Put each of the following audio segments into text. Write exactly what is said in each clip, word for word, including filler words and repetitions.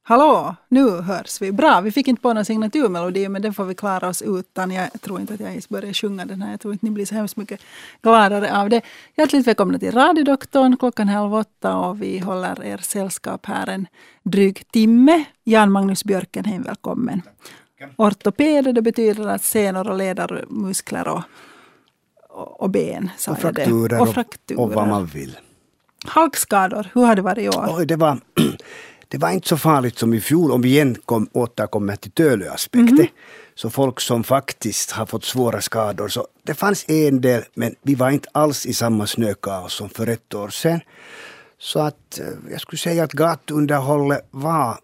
Hallå, nu hörs vi. Bra, vi fick inte på någon signaturmelodi, men den får vi klara oss utan. Jag tror inte att jag ens börjar sjunga den här. Jag tror inte ni blir så hemskt mycket gladare av det. Hjärtligt välkomna till Radiodoktorn. Klockan halv åtta och vi håller er sällskap här en dryg timme. Jan Magnus Björkenheim, välkommen. Ortopeder, det betyder att senor och leder, muskler och, och, och ben. Och frakturer, och, frakturer. Och vad man vill. Halkskador, hur har det varit i år? Oj, det var... Det var inte så farligt som i fjol om vi igen kom, återkommer till Tölö-aspekten. Mm. Så folk som faktiskt har fått svåra skador. Så det fanns en del, men vi var inte alls i samma snökaos som för ett år sedan. Så att jag skulle säga att gatunderhållet var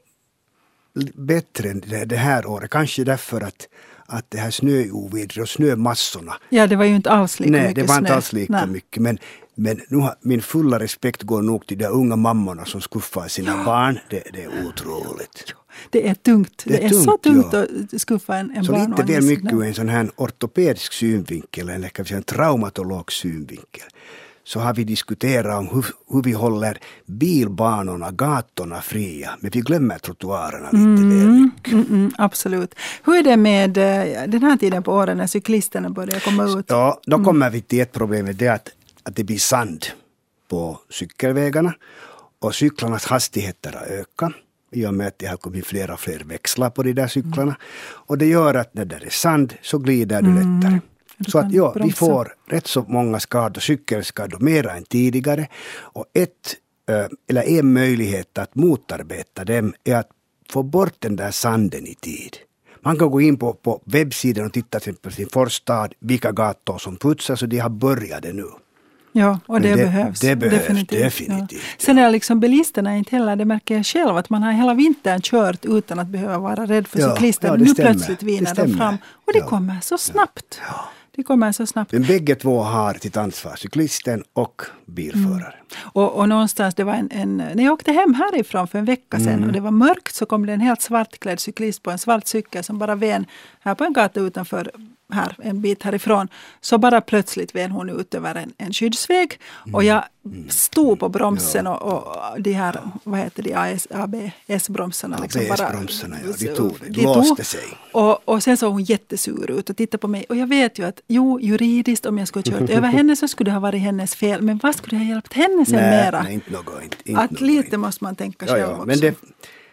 bättre än det, det här året. Kanske därför att, att det här snöovädret och snömassorna. Ja, det var ju inte alls lika nej, mycket snö. Nej, det var inte alls lika nej. mycket. Men Men nu har, min fulla respekt går nog till de unga mammorna som skuffar sina ja. barn. Det, det är otroligt. Ja, det är tungt. Det är, det är tungt, så tungt ja. att skuffa en, en så barn. Så lite väl mycket ur en sån här ortopedisk synvinkel, eller kan vi säga en traumatolog synvinkel. Så har vi diskuterat om hur, hur vi håller bilbanorna, gatorna fria. Men vi glömmer trottoarerna lite mm, väl mycket. Mm, mm, absolut. Hur är det med den här tiden på åren när cyklisterna börjar komma ut? Ja, då kommer mm. vi till ett problem. Det är att att det blir sand på cykelvägarna och cyklarnas hastigheter har ökat i och med att det har kommit flera och fler växlar på de där cyklarna. Mm. Och det gör att när det är sand så glider du mm. lättare. Du så att ja, vi får rätt så många skador, cykelskador mera än tidigare. Och ett, eller en möjlighet att motarbeta dem är att få bort den där sanden i tid. Man kan gå in på, på webbsidan och titta på sin förstad, vilka gator som putsas, och de har börjat det nu. Ja, och det, det behövs. Det behövs definitivt. definitivt ja. Sen är liksom bilisterna inte heller, det märker jag själv, att man har hela vintern kört utan att behöva vara rädd för ja, cyklister. Ja, nu stämmer. Plötsligt viner de fram och det ja. kommer så snabbt. Ja. Det kommer så snabbt. Men bägge två har sitt ansvar, cyklisten och bilförare. Mm. Och, och någonstans, det var en, en, när jag åkte hem härifrån för en vecka sedan mm. och det var mörkt, så kom det en helt svartklädd cyklist på en svart cykel som bara ven här på en gata utanför, här en bit härifrån, så bara plötsligt ven hon ut över en, en skyddsväg mm. och jag stod på bromsen ja. och, och de här, vad heter de, A B S-bromsarna ja, liksom A B S-bromsarna, ja, de tog det, de låste sig. Och, och sen så hon jättesur ut och tittade på mig, och jag vet ju att jo, juridiskt om jag skulle ha kört över henne så skulle det ha varit hennes fel, men vad skulle ha hjälpt henne sen nej, mera? Nej, inte något, inte, inte att något, lite inte. måste man tänka ja, själv ja, också. Men det,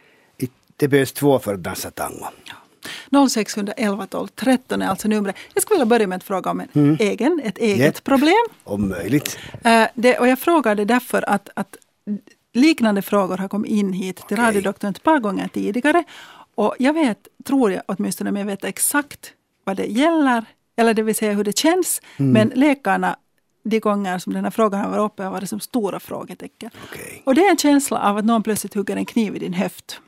det behövs två för att dansa tango. Ja. noll sex ett ett tolv tretton är alltså numret. Jag skulle vilja börja med att fråga om en mm. egen, ett eget yep. problem. Om möjligt. Uh, det, och jag frågade därför att, att liknande frågor har kommit in hit till okay. Radiodoktorn ett par gånger tidigare. Och jag vet, tror jag åtminstone, men jag vet exakt vad det gäller. Eller det vill säga hur det känns. Mm. Men läkarna, de gånger som den här frågan har varit uppe, har varit som stora frågetecken. Okay. Och det är en känsla av att någon plötsligt hugger en kniv i din höft.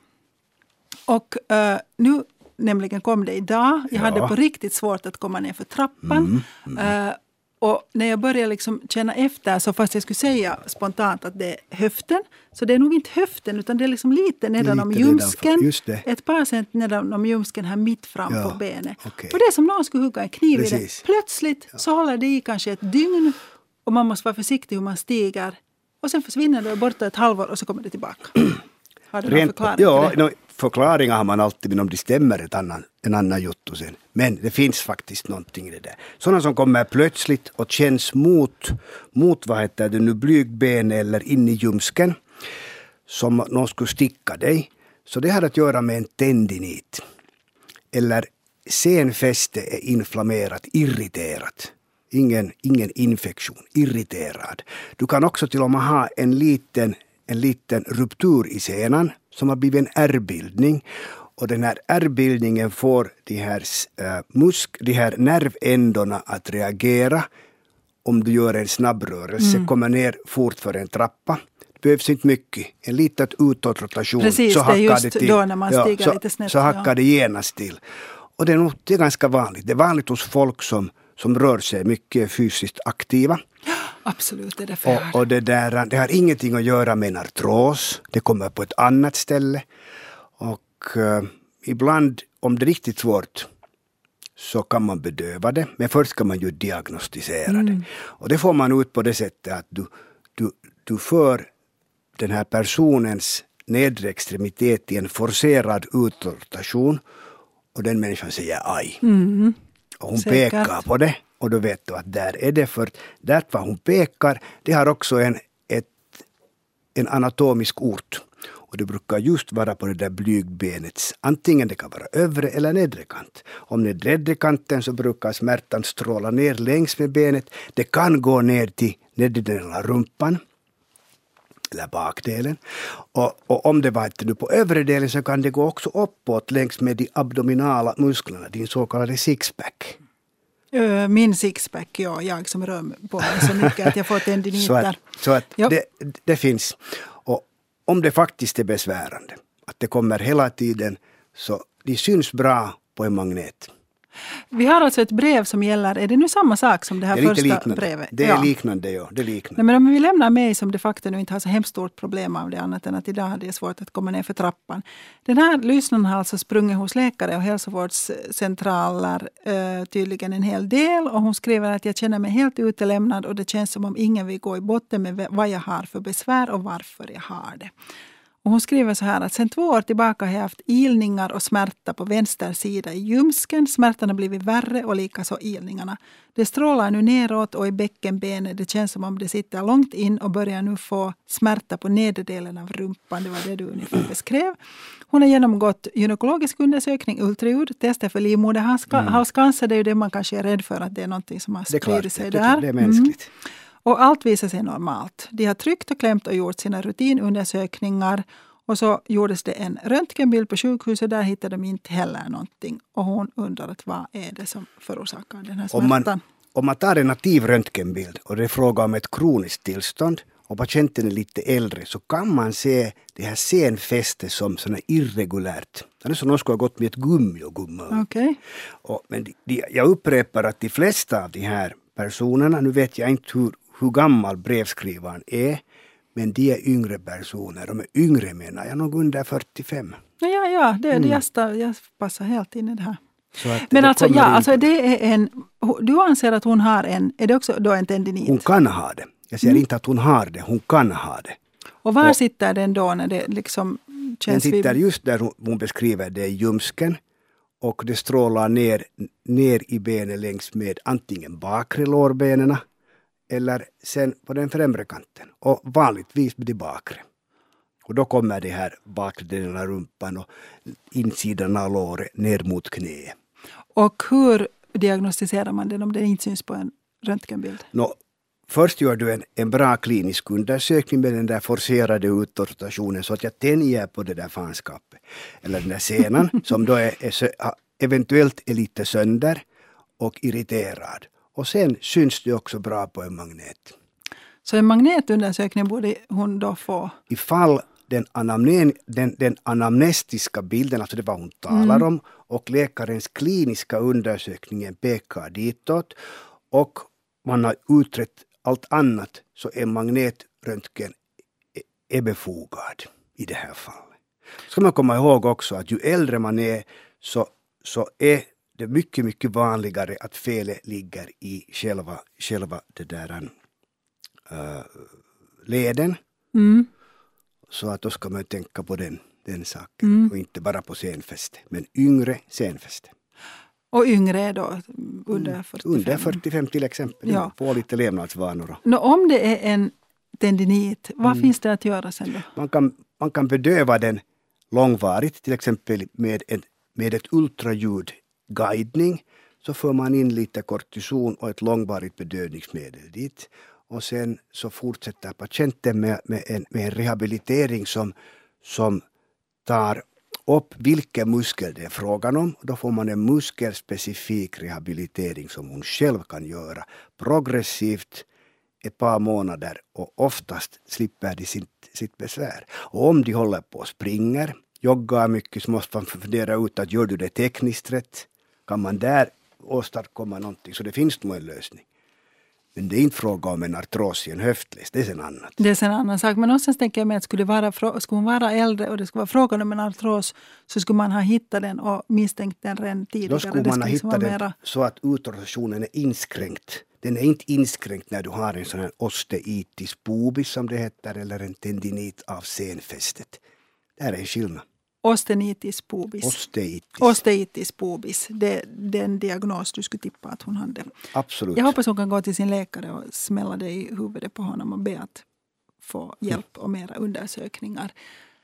Och uh, nu nämligen kom det idag. Jag ja. hade på riktigt svårt att komma ner för trappan. Mm, mm. Uh, och när jag började liksom känna efter, så fast jag skulle säga spontant att det är höften. Så det är nog inte höften, utan det är liksom lite nedan om ljumsken. Ett par cent nedan om ljumsken här mitt fram ja. på benet. Okay. Och det är som någon skulle hugga en kniv Precis. i det. Plötsligt ja. så håller det i kanske ett dygn. Och man måste vara försiktig hur man stiger. Och sen försvinner det borta ett halvår och så kommer det tillbaka. Har du någon förklaring ja, till det? No, förklaringar har man alltid, men om de stämmer ett annan, en annan jotto sen. Men det finns faktiskt någonting i det där. Sådana som kommer plötsligt och känns mot, mot vad heter det nu, blygben eller in i ljumsken, som någon skulle sticka dig. Så det har att göra med en tendinit. Eller senfäste är inflammerat, irriterat. Ingen, ingen infektion, irriterad. Du kan också till och med ha en liten en liten ruptur i senan som har blivit en ärrbildning, och den här ärrbildningen får de här, äh, musk, de här nervändorna att reagera om du gör en snabb rörelse, mm. kommer ner fort för en trappa. Det behövs inte mycket, en liten utåtrotation. Precis, så det är just det till. Då när man stiger ja, lite snett. Så, så hackar ja. det genast till. Och det är, nog, det är ganska vanligt. Det är vanligt hos folk som, som rör sig mycket fysiskt aktiva. Absolut, det är därför. Och, och det, där, det har ingenting att göra med en artros. Det kommer på ett annat ställe. Och uh, ibland, om det är riktigt svårt, så kan man bedöva det. Men först ska man ju diagnostisera mm. det. Och det får man ut på det sättet att du, du, du för den här personens nedre extremitet i en forcerad utrotation och den människan säger aj. Mm. Och hon Säkert. pekar på det och då vet du att där är det, för där vad hon pekar, det har också en, ett, en anatomisk ort. Och det brukar just vara på det där blygbenets, antingen det kan vara övre eller nedre kant. Om det är nedre kanten så brukar smärtan stråla ner längs med benet. Det kan gå ner till nedre delen av rumpan eller bakdelen. Och, och om det var inte nu på övre delen så kan det gå också uppåt längs med de abdominala musklerna, din så kallade sixpack. Min sixpack, ja, jag som rör på mig så mycket att jag får tendiniter. Så att, så att det, det finns. Och om det faktiskt är besvärande, att det kommer hela tiden, så det syns bra på en magnet. Vi har alltså ett brev som gäller, är det nu samma sak som det här det är första liknande. brevet? Det är ja. liknande, ja. Det är liknande. Nej, men om vi lämnar mig som de facto nu inte har så hemskt stort problem av det, annat än att idag hade jag svårt att komma ner för trappan. Den här lyssnaren har alltså sprungit hos läkare och hälsovårdscentraler eh, tydligen en hel del, och hon skriver att jag känner mig helt utelämnad och det känns som om ingen vill gå i botten med vad jag har för besvär och varför jag har det. Och hon skriver så här att sen två år tillbaka har jag haft ilningar och smärta på vänster sida i ljumsken. Smärtan har blivit värre och likaså ilningarna. Det strålar nu neråt och i bäckenbenet. Det känns som om det sitter långt in och börjar nu få smärta på nedre delen av rumpan. Det var det du ungefär beskrev. Hon har genomgått gynekologisk undersökning, ultraljud, tester för livmoderhalscancer. Det är ju det man kanske är rädd för, att det är någonting som har spridit sig det, där. Det är mänskligt. Mm. Och allt visar sig normalt. De har tryckt och klämt och gjort sina rutinundersökningar. Och så gjordes det en röntgenbild på sjukhuset. Där hittade de inte heller någonting. Och hon undrar att vad är det som förorsakar den här smärtan. Om man, om man tar en nativ röntgenbild och det är fråga om ett kroniskt tillstånd och patienten är lite äldre, så kan man se det här senfästet som sådana irregulärt. Det är som någon skulle ha gått med ett gummi och gumma. Okay. Och, men de, de, jag upprepar att de flesta av de här personerna, nu vet jag inte hur hur gammal brevskrivaren är, men de är yngre personer. De är yngre, menar jag, nog under fyrtiofem. Ja, ja, det, mm. jag, sta, jag passar helt in i det här. Men det alltså, ja, alltså det är en, du anser att hon har en, är det också då en tendinit? Hon kan ha det. Jag säger mm. inte att hon har det, hon kan ha det. Och var och, sitter den då när det liksom känns? Den sitter vid... just där hon, hon beskriver det i ljumsken. Och det strålar ner, ner i benen längs med antingen bakre lårbenen eller sen på den främre kanten. Och vanligtvis med de bakre. Och då kommer det här bakre delen av rumpan och insidan av låret ner mot knäet. Och hur diagnostiserar man den om det inte syns på en röntgenbild? Nå, först gör du en, en bra klinisk undersökning med den där forcerade utrotationen så att jag tänjer på det där fanskapet. Eller den där senan som då är, är, eventuellt är lite sönder och irriterad. Och sen syns det också bra på en magnet. Så en magnetundersökning borde hon då få? Ifall den, anamnen, den, den anamnestiska bilden, alltså det vad hon talar mm. om, och läkarens kliniska undersökningen pekar ditåt, och man har utrett allt annat, så är magnetröntgen är befogad i det här fallet. Ska man komma ihåg också att ju äldre man är så, så är det är mycket, mycket vanligare att felet ligger i själva, själva det där, uh, leden. Mm. Så att då ska man tänka på den, den saken. Mm. Och inte bara på senfäste. Men yngre senfäste. Och yngre då? Under fyrtiofem? Under fyrtiofem till exempel. Ja. Få lite levnadsvanor. Nå, om det är en tendinit, vad mm. finns det att göra sen då? Man kan, man kan bedöva den långvarigt. Till exempel med, en, med ett ultraljud. Guidning, så får man in lite kortison och ett långvarigt bedövningsmedel dit. Och sen så fortsätter patienten med, med, en, med en rehabilitering som, som tar upp vilken muskel det är frågan om. Då får man en muskelspecifik rehabilitering som hon själv kan göra progressivt ett par månader, och oftast slipper de sitt, sitt besvär. Och om de håller på och springer, joggar mycket, så måste man fundera ut att gör du det tekniskt rätt? Kan man där åstadkomma någonting? Så det finns nog en lösning. Men det är inte fråga om en artros i en höftled. Det är sen annat. Det är sen annan sak. Men någonstans tänker jag mig att skulle, vara, skulle hon vara äldre och det skulle vara frågan om en artros, så skulle man ha hittat den och misstänkt den redan tidigare. Då skulle man ha hittat den mera... så att utrotationen är inskränkt. Den är inte inskränkt när du har en sån här osteitis pubis som det heter, eller en tendinit av senfästet. är en skillnad. Osteitis pubis. Osteitis. Osteitis pubis. Det är den diagnos du skulle tippa att hon hade. Absolut. Jag hoppas hon kan gå till sin läkare och smälla det i huvudet på honom och be att få hjälp och mera undersökningar.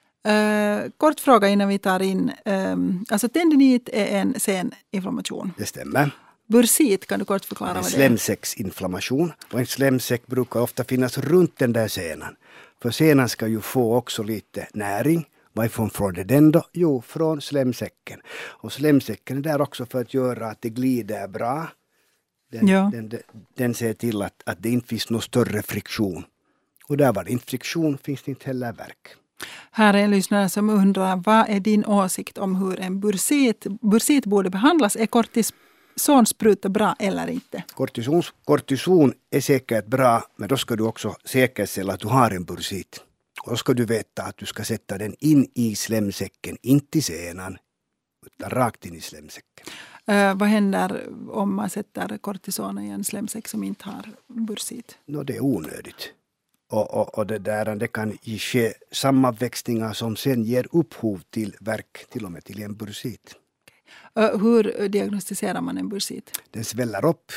Uh, kort fråga innan vi tar in. Um, alltså tendinit är en seninflammation. Det stämmer. Bursit, kan du kort förklara vad det är? Slemsäcksinflammation. Och en slemsäck brukar ofta finnas runt den där senan. För senan ska ju få också lite näring. Varifrån får det den då? Jo, från slemsäcken. Och slemsäcken är där också för att göra att det glider bra. Den, ja. den, den, den ser till att, att det inte finns någon större friktion. Och där var det inte friktion, finns det inte heller verk. Här är en lyssnare som undrar, vad är din åsikt om hur en bursit, bursit borde behandlas? Är kortisonspruta bra eller inte? Kortison, kortison är säkert bra, men då ska du också säkerställa att du har en bursit. Och då ska du veta att du ska sätta den in i slemsäcken, inte i senan, utan rakt in i slemsäcken. Uh, vad händer om man sätter kortison i en slemsäck som inte har bursit? No, det är onödigt. Och, och, och det, där, det kan ske sammanväxningar som sen ger upphov till verk, till och med till en bursit. Okay. Uh, hur diagnostiserar man en bursit? Den sväller upp.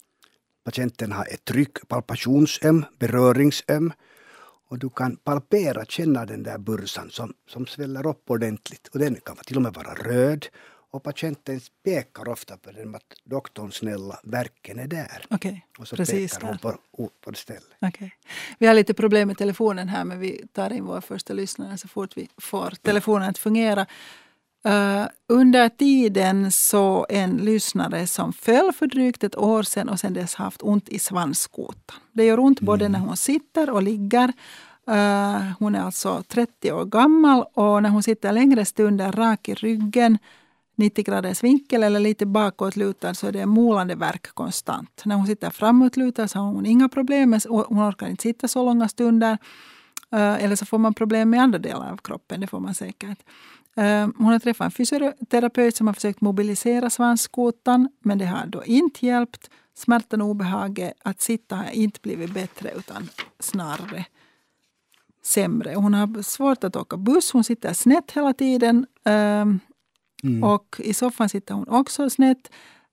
Patienten har ett tryck, palpationsöm, beröringsöm. Och du kan palpera, känna den där bursan som, som sväller upp ordentligt. Och den kan till och med vara röd. Och patienten pekar ofta på den att doktorn snälla, verken är där. Okay, och så precis pekar hon på, på det stället. Okay. Vi har lite problem med telefonen här, men vi tar in vår första lyssnare så fort vi får telefonen att fungera. Uh, under tiden så en lyssnare som föll för drygt ett år sedan och sedan dess haft ont i svanskotan. Det gör ont både mm. när hon sitter och ligger. Uh, hon är alltså trettio år gammal och när hon sitter längre stunder rak i ryggen, nittio graders vinkel eller lite bakåtlutad så är det en molande verk konstant. När hon sitter framåtlutad så har hon inga problem, men hon orkar inte sitta så långa stunder. Uh, eller så får man problem med andra delar av kroppen, det får man säkert. Uh, hon har träffat en fysioterapeut som har försökt mobilisera svanskotan, men det har då inte hjälpt. Smärtan och obehaget att sitta har inte blivit bättre utan snarare sämre. Hon har svårt att åka buss, hon sitter snett hela tiden. Uh, Mm. Och i soffan sitter hon också snett.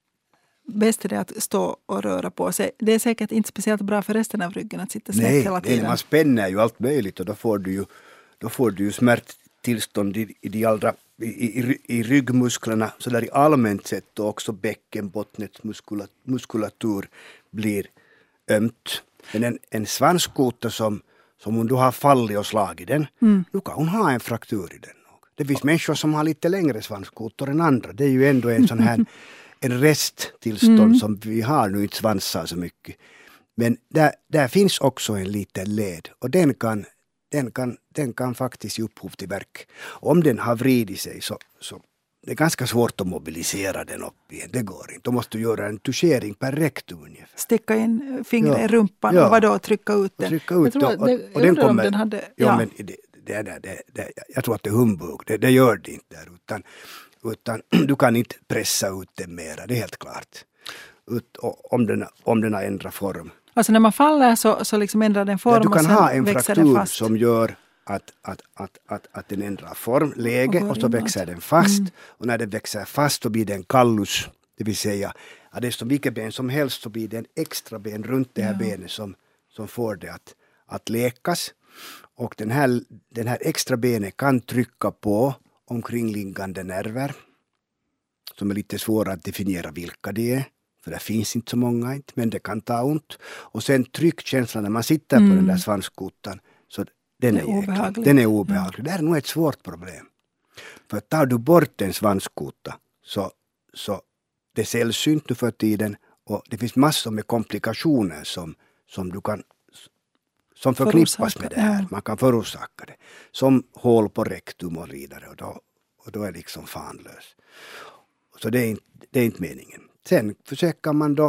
Bäst är det att stå och röra på sig. Det är säkert inte speciellt bra för resten av ryggen att sitta snett nej, hela tiden. Nej, man spänner ju allt möjligt och då får du ju, då får du ju smärttillstånd i, i, de allra, i, i, i ryggmusklerna. Så där i allmänt sett och också bäckenbottnets muskulatur, muskulatur blir ömt. Men en, en svanskota som, som om du har fallit och slagit den, mm. då kan hon ha en fraktur i den. Det finns människor som har lite längre svanskotor än andra. Det är ju ändå en sån här en resttillstånd mm. som vi har nu inte svansar så mycket. Men där, där finns också en liten led och den kan, den kan, den kan faktiskt ge upphov till verk. Om den har vridit sig så, så det är ganska svårt att mobilisera den upp igen. Det går inte. Då måste du göra en touchering per rektum ungefär. Sticka in fingret ja. i rumpan ja. och vadå trycka ut den. Och trycka ut jag tror och, och, det, och den kommer. Den hade, ja, ja. men det, Det, det, det, det, jag tror att det är humbug. Det, det gör det inte där. Utan, utan du kan inte pressa ut det mera. Det är helt klart. Ut, om, den, om den har ändrat form. Alltså när man faller så, så liksom ändrar den form. Ja, du kan och sen ha en fraktur som gör att, att, att, att, att den ändrar form, läge och, och så växer inåt. Den fast. Mm. Och när den växer fast så blir det en kallus. Det vill säga att det är som vilket ben som helst så blir det en extra ben runt det här ja. benet som, som får det att, att läkas. Och den här, den här extra benet kan trycka på omkringliggande nerver som är lite svåra att definiera vilka det är. För det finns inte så många, men det kan ta ont. Och sen tryckkänslan när man sitter mm. på den där svanskotan, så den är, är obehaglig. Den är obehaglig. Ja. Det är nog ett svårt problem. För tar du bort en svanskota så, så det är sällsynt nu för tiden och det finns massor med komplikationer som, som du kan som förknippas med det här. Ja. Man kan förorsaka det. Som hål på rektum och vidare. Och då, och då är liksom fanlös. Så det är, inte, det är inte meningen. Sen försöker man då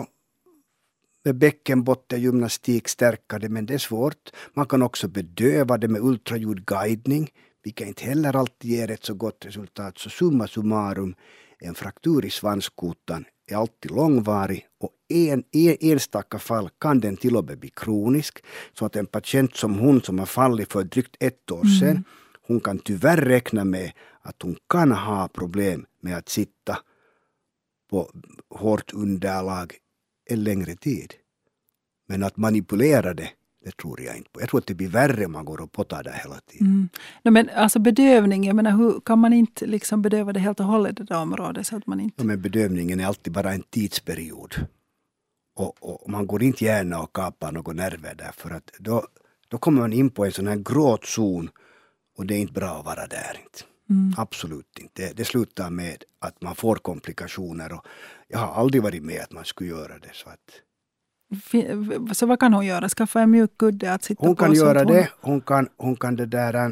med bäckenbottengymnastik stärka det. Men det är svårt. Man kan också bedöva det med ultraljudguidning. Vilket inte heller alltid ger ett så gott resultat. Så summa summarum. En fraktur i svanskotan är alltid långvarig och en, i enstaka fall kan den till och med bli kronisk. Så att en patient som hon som har fallit för drygt ett år sedan, mm. hon kan tyvärr räkna med att hon kan ha problem med att sitta på hårt underlag en längre tid. Men att manipulera det, det tror jag inte på. Jag tror att det blir värre om man går och potar där hela tiden. Mm. No, men alltså bedövning, jag menar, hur kan man inte liksom bedöva det helt och hållet det där området? Så att man inte... Ja, men bedövningen är alltid bara en tidsperiod. Och, och man går inte gärna och kapar några nerver där, för att då, då kommer man in på en sån här gråtzon och det är inte bra att vara där. Inte. Mm. Absolut inte. Det, det slutar med att man får komplikationer och jag har aldrig varit med att man skulle göra det. Så, att... så vad kan hon göra? Skaffa en mjuk kudde att sitta hon på? Kan göra hon... det. Hon kan, hon kan det där,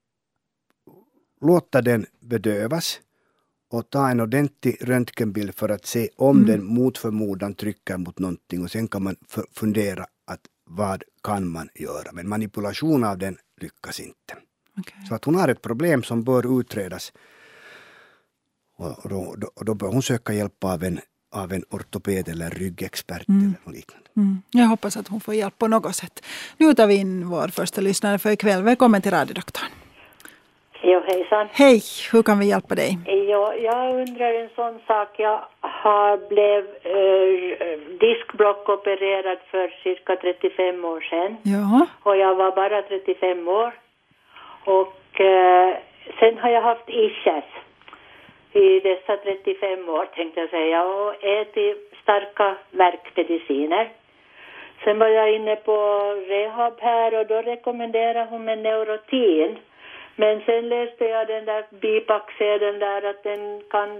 låta den bedövas och ta en ordentlig röntgenbild för att se om mm. den mot förmodan trycker mot någonting och sen kan man f- fundera att vad kan man göra. Men manipulation av den lyckas inte. Okay. Så att hon har ett problem som bör utredas och då, då, och då bör hon söka hjälp av en, av en ortoped eller ryggexpert mm. eller något liknande. Mm. Jag hoppas att hon får hjälp på något sätt. Nu tar vi in vår första lyssnare för ikväll. Välkommen till radiodoktorn. Jo, hejsan. Hej, hur kan vi hjälpa dig? Jo, jag undrar en sån sak. Jag har blev eh, diskbråckopererad för cirka trettiofem år sedan. Ja. Och jag var bara trettiofem år. Och eh, sen har jag haft ischias i dessa trettiofem år, tänkte jag säga. Och ätit starka värkmediciner. Sen var jag inne på rehab här och då rekommenderade hon mig Neurotin. Men sen läste jag den där bipacksedeln där att den kan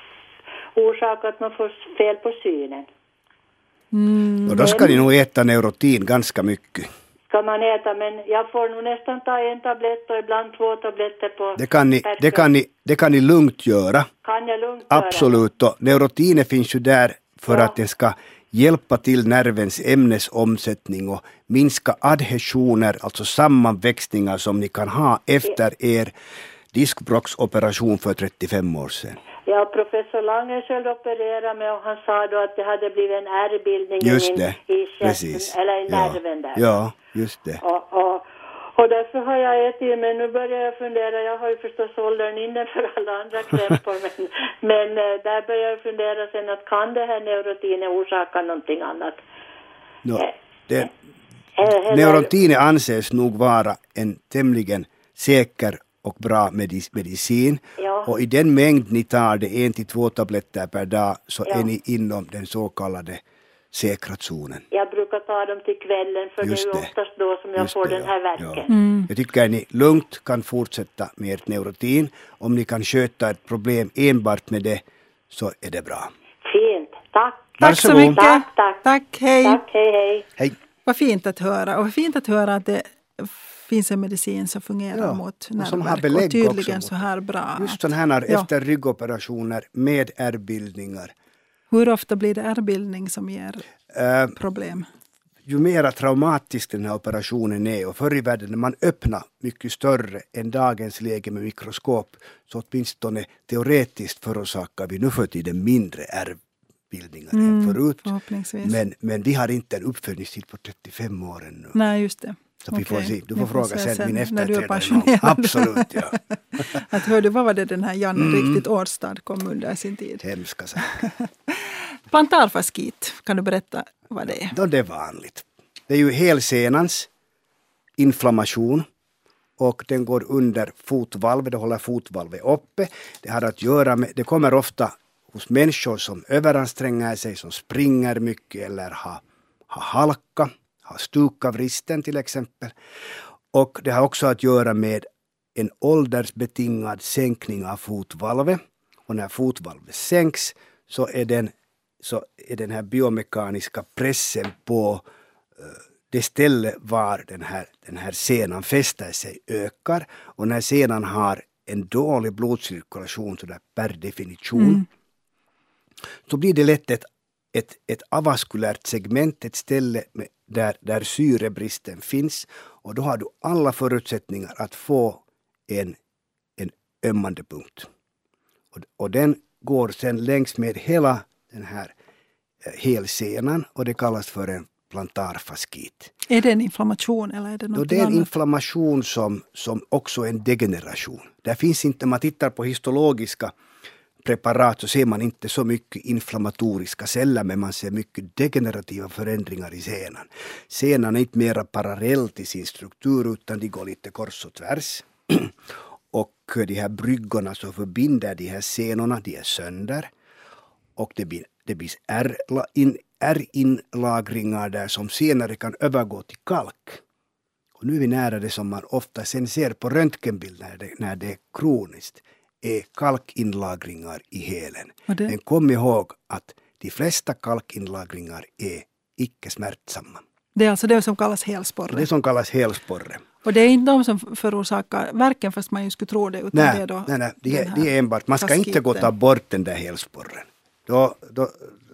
orsaka att man får fel på synen. Mm. Och då ska ni nog äta Neurotin ganska mycket. Ska man äta, men jag får nog nästan ta en tablett och ibland två tabletter på... Det kan ni, det kan ni, det kan ni lugnt göra. Kan jag lugnt Absolut. göra? Och Neurotin finns ju där för ja. att det ska hjälpa till nervens ämnesomsättning och minska adhäsioner, alltså sammanväxningar som ni kan ha efter er diskbråcksoperation för trettiofem år sedan. Ja, professor Lange själv opererade mig och han sa då att det hade blivit en ärrbildning just i, det. i Precis. eller i ja. nerven där. Ja, just det. Och, och, och därför har jag ätit, men nu börjar jag fundera, jag har ju förstås åldern inne för alla andra krämpor, men, men där börjar jag fundera sen att kan det här Neurotin orsaka någonting annat? No, det, Neurotin anses nog vara en tämligen säker och bra medicin. Ja. Och i den mängd ni tar det en till två tabletter per dag så ja. Är ni inom den så kallade säkra zonen. Jag brukar ta dem till kvällen för Just det är ju oftast då som jag Just får det, den här ja. verken. Ja. Mm. Jag tycker att ni lugnt kan fortsätta med ert Neurotin. Om ni kan sköta ett problem enbart med det så är det bra. Fint, tack. Tack så mycket. Tack, tack. Tack, hej. Tack, hej, hej. Hej. Vad fint att höra. Och fint att höra att det finns en medicin som fungerar ja, mot nervverk och, och tydligen så här bra. Just sådana här ja. Efter ryggoperationer med ärrbildningar. Hur ofta blir det ärrbildning som ger uh, problem? Ju mer traumatisk den här operationen är, och förr i världen när man öppnar mycket större än dagens läge med mikroskop, så åtminstone teoretiskt förorsakar vi nu för tiden mindre ärrbildningar mm, än förut. Men, men de har inte en uppföljningstid på trettiofem år ännu. Nej, just det. Så vi får okay. se. Du får fråga sen, sen min efterträdare. Absolut, ja. Att hörde, vad var det den här Janne mm. riktigt Årstad kom under sin tid? Hemska saker. Plantarfasciit, kan du berätta vad det är? Då det är vanligt. Det är ju hälsenans inflammation och den går under fotvalvet, det håller fotvalvet uppe. Det har att göra med, det kommer ofta hos människor som överanstränger sig, som springer mycket eller har, har halka. Har stukavvristen till exempel. Och det har också att göra med en åldersbetingad sänkning av fotvalvet. Och när fotvalvet sänks så är den, så är den här biomekaniska pressen på uh, det ställe var den här, den här senan fäster sig ökar. Och när senan har en dålig blodcirkulation så där per definition mm. så blir det lätt ett, ett, ett avaskulärt segment, ett ställe med Där, där syrebristen finns, och då har du alla förutsättningar att få en, en ömmande punkt. Och, och den går sen längs med hela den här eh, helsenan och det kallas för en plantarfaskit. Är det en inflammation eller är det något Då det är en annat? inflammation som, som också är en degeneration. Där finns inte, om man tittar på histologiska preparat så ser man inte så mycket inflammatoriska celler, men man ser mycket degenerativa förändringar i senan. Senan är inte mera parallell till sin struktur utan de går lite kors och tvärs. Och de här bryggorna som förbinder de här senorna, de är sönder. Och det blir, det blir ärrinlagringar där som senare kan övergå till kalk. Och nu är vi nära det som man ofta sen ser på röntgenbild när det, när det är kroniskt. Är kalkinlagringar i helen. Men kom ihåg att de flesta kalkinlagringar är icke smärtsamma. Det är alltså det som kallas helsporre. Det som kallas helsporre. Och det är inte de som förorsakar värken fast man ju skulle tro det. Utan nej, det är då nej, nej, det är, det är enbart. Man ska faskiten. Inte gå och ta bort den där helsporren. Då, då,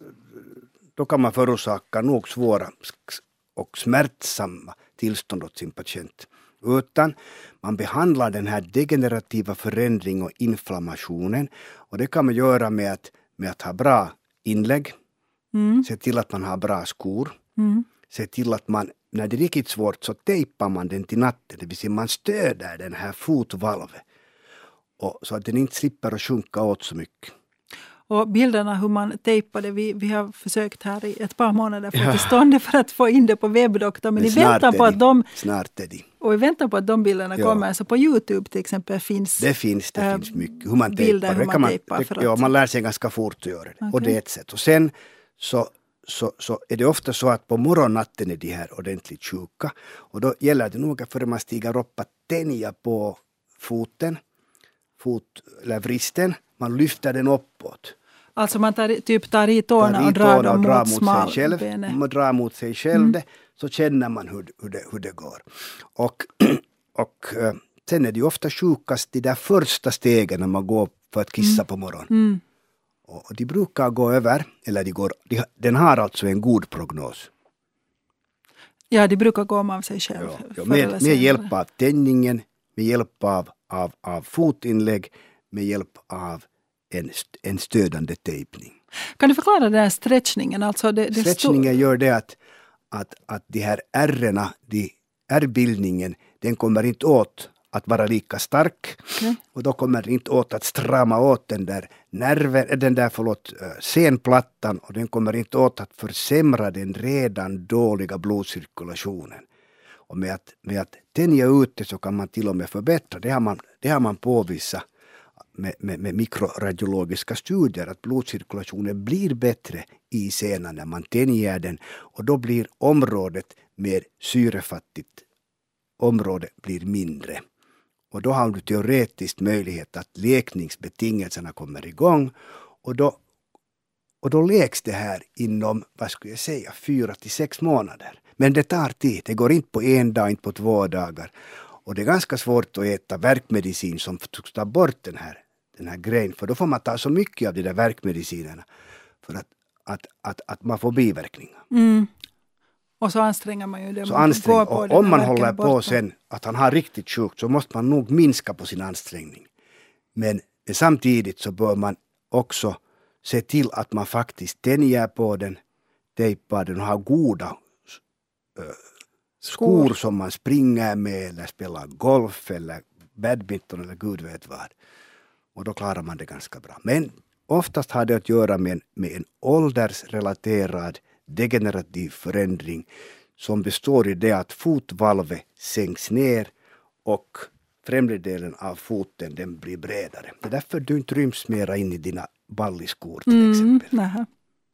då kan man förorsaka nog svåra och smärtsamma tillstånd åt sin patient. Utan man behandlar den här degenerativa förändringen och inflammationen. Och det kan man göra med att, med att ha bra inlägg. Mm. Se till att man har bra skor. Mm. Se till att man, när det är riktigt svårt så tejpar man den till natten. Det vill säga man stöder den här fotvalvet. Och så att den inte slipper att sjunka åt så mycket. Och bilderna hur man tejpade, vi, vi har försökt här i ett par månader få till stånd för att få in det på webbdoktor. Men, men i väntan på att de, snart är de. Och i väntan på att de bilderna ja. kommer, så på YouTube till exempel finns det finns, det äh, finns mycket. Hur man bilder tejpar. hur man, man tejpar. Det, för ja, att... man lär sig ganska fort att göra det. Okay. Och det är ett sätt. Och sen så, så, så är det ofta så att på morgonnatten är de här ordentligt sjuka. Och då gäller det nog för att man stiger upp att tänja på foten, fot, eller vristen. Man lyfter den uppåt. Alltså man tar, typ tar i tårna tar i och drar dem mot, mot smalbenet. Man drar mot sig själv mm. det, så känner man hur, hur, det, hur det går. Och, och uh, sen är det ju ofta sjukast de där första stegen när man går för att kissa mm. på morgonen. Mm. Och, och de brukar gå över, eller de går, de, den har alltså en god prognos. Ja, de brukar gå om av sig själv. Ja, ja, med, med hjälp av tändningen, med hjälp av, av, av fotinlägg, med hjälp av En, en stödande tejpning. Kan du förklara den här stretchningen? Alltså det, det stretchningen gör det att, att, att de här ärrena, de ärrbildningen, den kommer inte åt att vara lika stark. Okay. Och då kommer det inte åt att strama åt den där nerven, den där förlåt, senplattan, och den kommer inte åt att försämra den redan dåliga blodcirkulationen. Och med att, med att tänja ut det så kan man till och med förbättra. Det har man, det har man påvisat. Med, med, med mikroradiologiska studier att blodcirkulationen blir bättre i senan när man tänjer den, och då blir området med syrefattigt område blir mindre. Och då har du teoretiskt möjlighet att läkningsbetingelserna kommer igång, och då, och då läks det här inom, vad skulle jag säga, fyra till sex månader. Men det tar tid, det går inte på en dag, inte på två dagar. Och det är ganska svårt att äta värkmedicin som tar bort den här, den här grejen. För då får man ta så mycket av de där värkmedicinerna för att, att, att, att man får biverkningar. Mm. Och så anstränger man ju det. Så ansträng, och om man håller på sen att han har riktigt sjukt så måste man nog minska på sin ansträngning. Men samtidigt så bör man också se till att man faktiskt tänjer på den, tejpar den och har goda uh, skor, skor som man springer med eller spelar golf eller badminton eller gud vet vad. Och då klarar man det ganska bra. Men oftast har det att göra med, med en åldersrelaterad degenerativ förändring som består i det att fotvalvet sänks ner och främre delen av foten den blir bredare. Det är därför du inte ryms mera in i dina balliskor till mm, exempel. Nähä.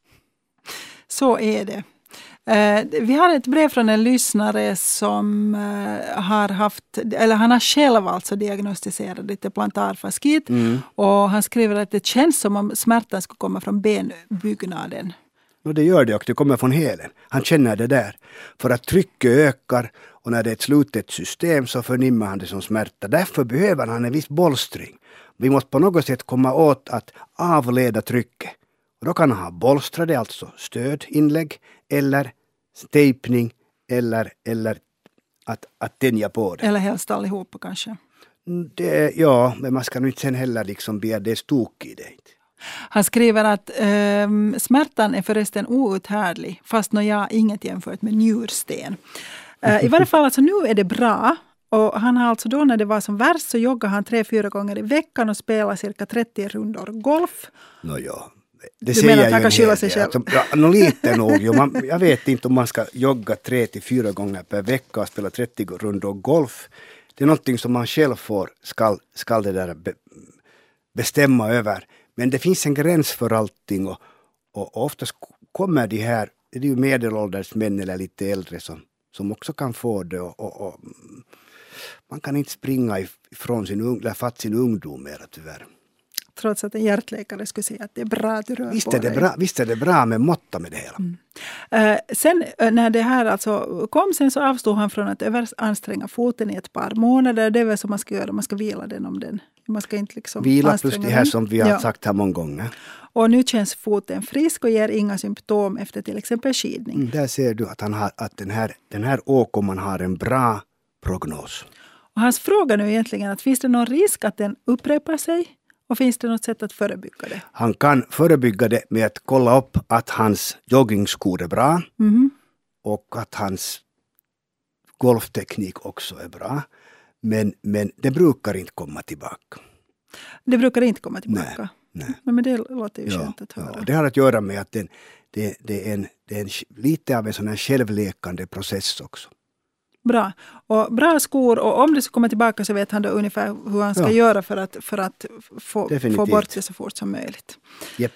Så är det. Uh, vi har ett brev från en lyssnare som uh, har haft, eller han har själv alltså diagnostiserat lite plantarfaskit mm. och han skriver att det känns som om smärtan skulle komma från benbyggnaden. Och det gör det, och det kommer från helen. Han känner det där. För att trycket ökar och när det är ett slutet system så förnimmer han det som smärta. Därför behöver han en viss bolstring. Vi måste på något sätt komma åt att avleda trycket. Och då kan han ha bolstrade, alltså stödinlägg eller tejpning eller, eller att, att tänja på det. Eller helst allihopa kanske. Det, ja, men man ska nu inte sen heller liksom begära det stok i det. Han skriver att um, smärtan är förresten outhärdlig, fast när jag inget jämfört med njursten. Uh, I varje fall, alltså, nu är det bra. Och han har alltså då när det var som värst så joggade han tre, fyra gånger i veckan och spelade cirka trettio rundor golf. No, ja. Det du menar att han kan skylla sig själv? själv? Ja, no, lite nog. Jo, man, jag vet inte om man ska jogga tre till fyra gånger per vecka och spela trettio rundor golf. Det är någonting som man själv får skall, skall det där be, bestämma över. Men det finns en gräns för allting och, och, och oftast kommer de här, det är ju medelålders män eller lite äldre som, som också kan få det och, och, och man kan inte springa ifrån sin, ung, eller fatt sin ungdom mer tyvärr. Trots att en hjärtläkare skulle säga att det är bra att du rör visst på är det dig. Bra, visst är det bra med måtta med det hela. Mm. Uh, sen uh, när det här alltså kom sen så avstod han från att överanstränga foten i ett par månader. Det är väl som man ska göra, man ska vila den om den. Man ska inte liksom vila plus det här den. som vi har ja. sagt här många gånger. Och nu känns foten frisk och ger inga symptom efter till exempel skidning. Mm, där ser du att, han har, att den här, den här åkomman har en bra prognos. Och hans fråga nu egentligen att finns det någon risk att den upprepar sig? Och finns det något sätt att förebygga det? Han kan förebygga det med att kolla upp att hans joggingskor är bra. Mm. Och att hans golfteknik också är bra. Men, men det brukar inte komma tillbaka. Det brukar inte komma tillbaka? Nej. Nej. Nej, men det låter ju ja, skönt att höra. Ja, det har att göra med att det, det, det, är, en, det är en, lite av en sån här självläkande process också. Bra. Och bra skor, och om det ska komma tillbaka så vet han då ungefär hur han ska ja. göra för att, för att få, få bort det så fort som möjligt. Yep.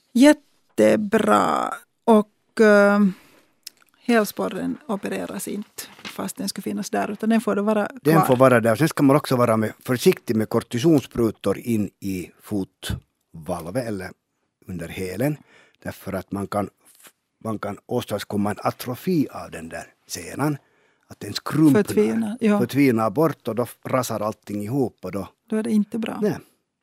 Jättebra. Och uh, hälsporren opereras inte fast den ska finnas där, utan den får då vara kvar. Den får vara där. Sen ska man också vara med, försiktig med kortisonsprutor in i fotvalvet eller under hälen. Därför att man kan, man kan åstadkomma en atrofi av den där senan. Att den skrumpnar, förtvinar, ja. förtvinar bort och då rasar allting ihop. Och då, då är det inte bra. Nej.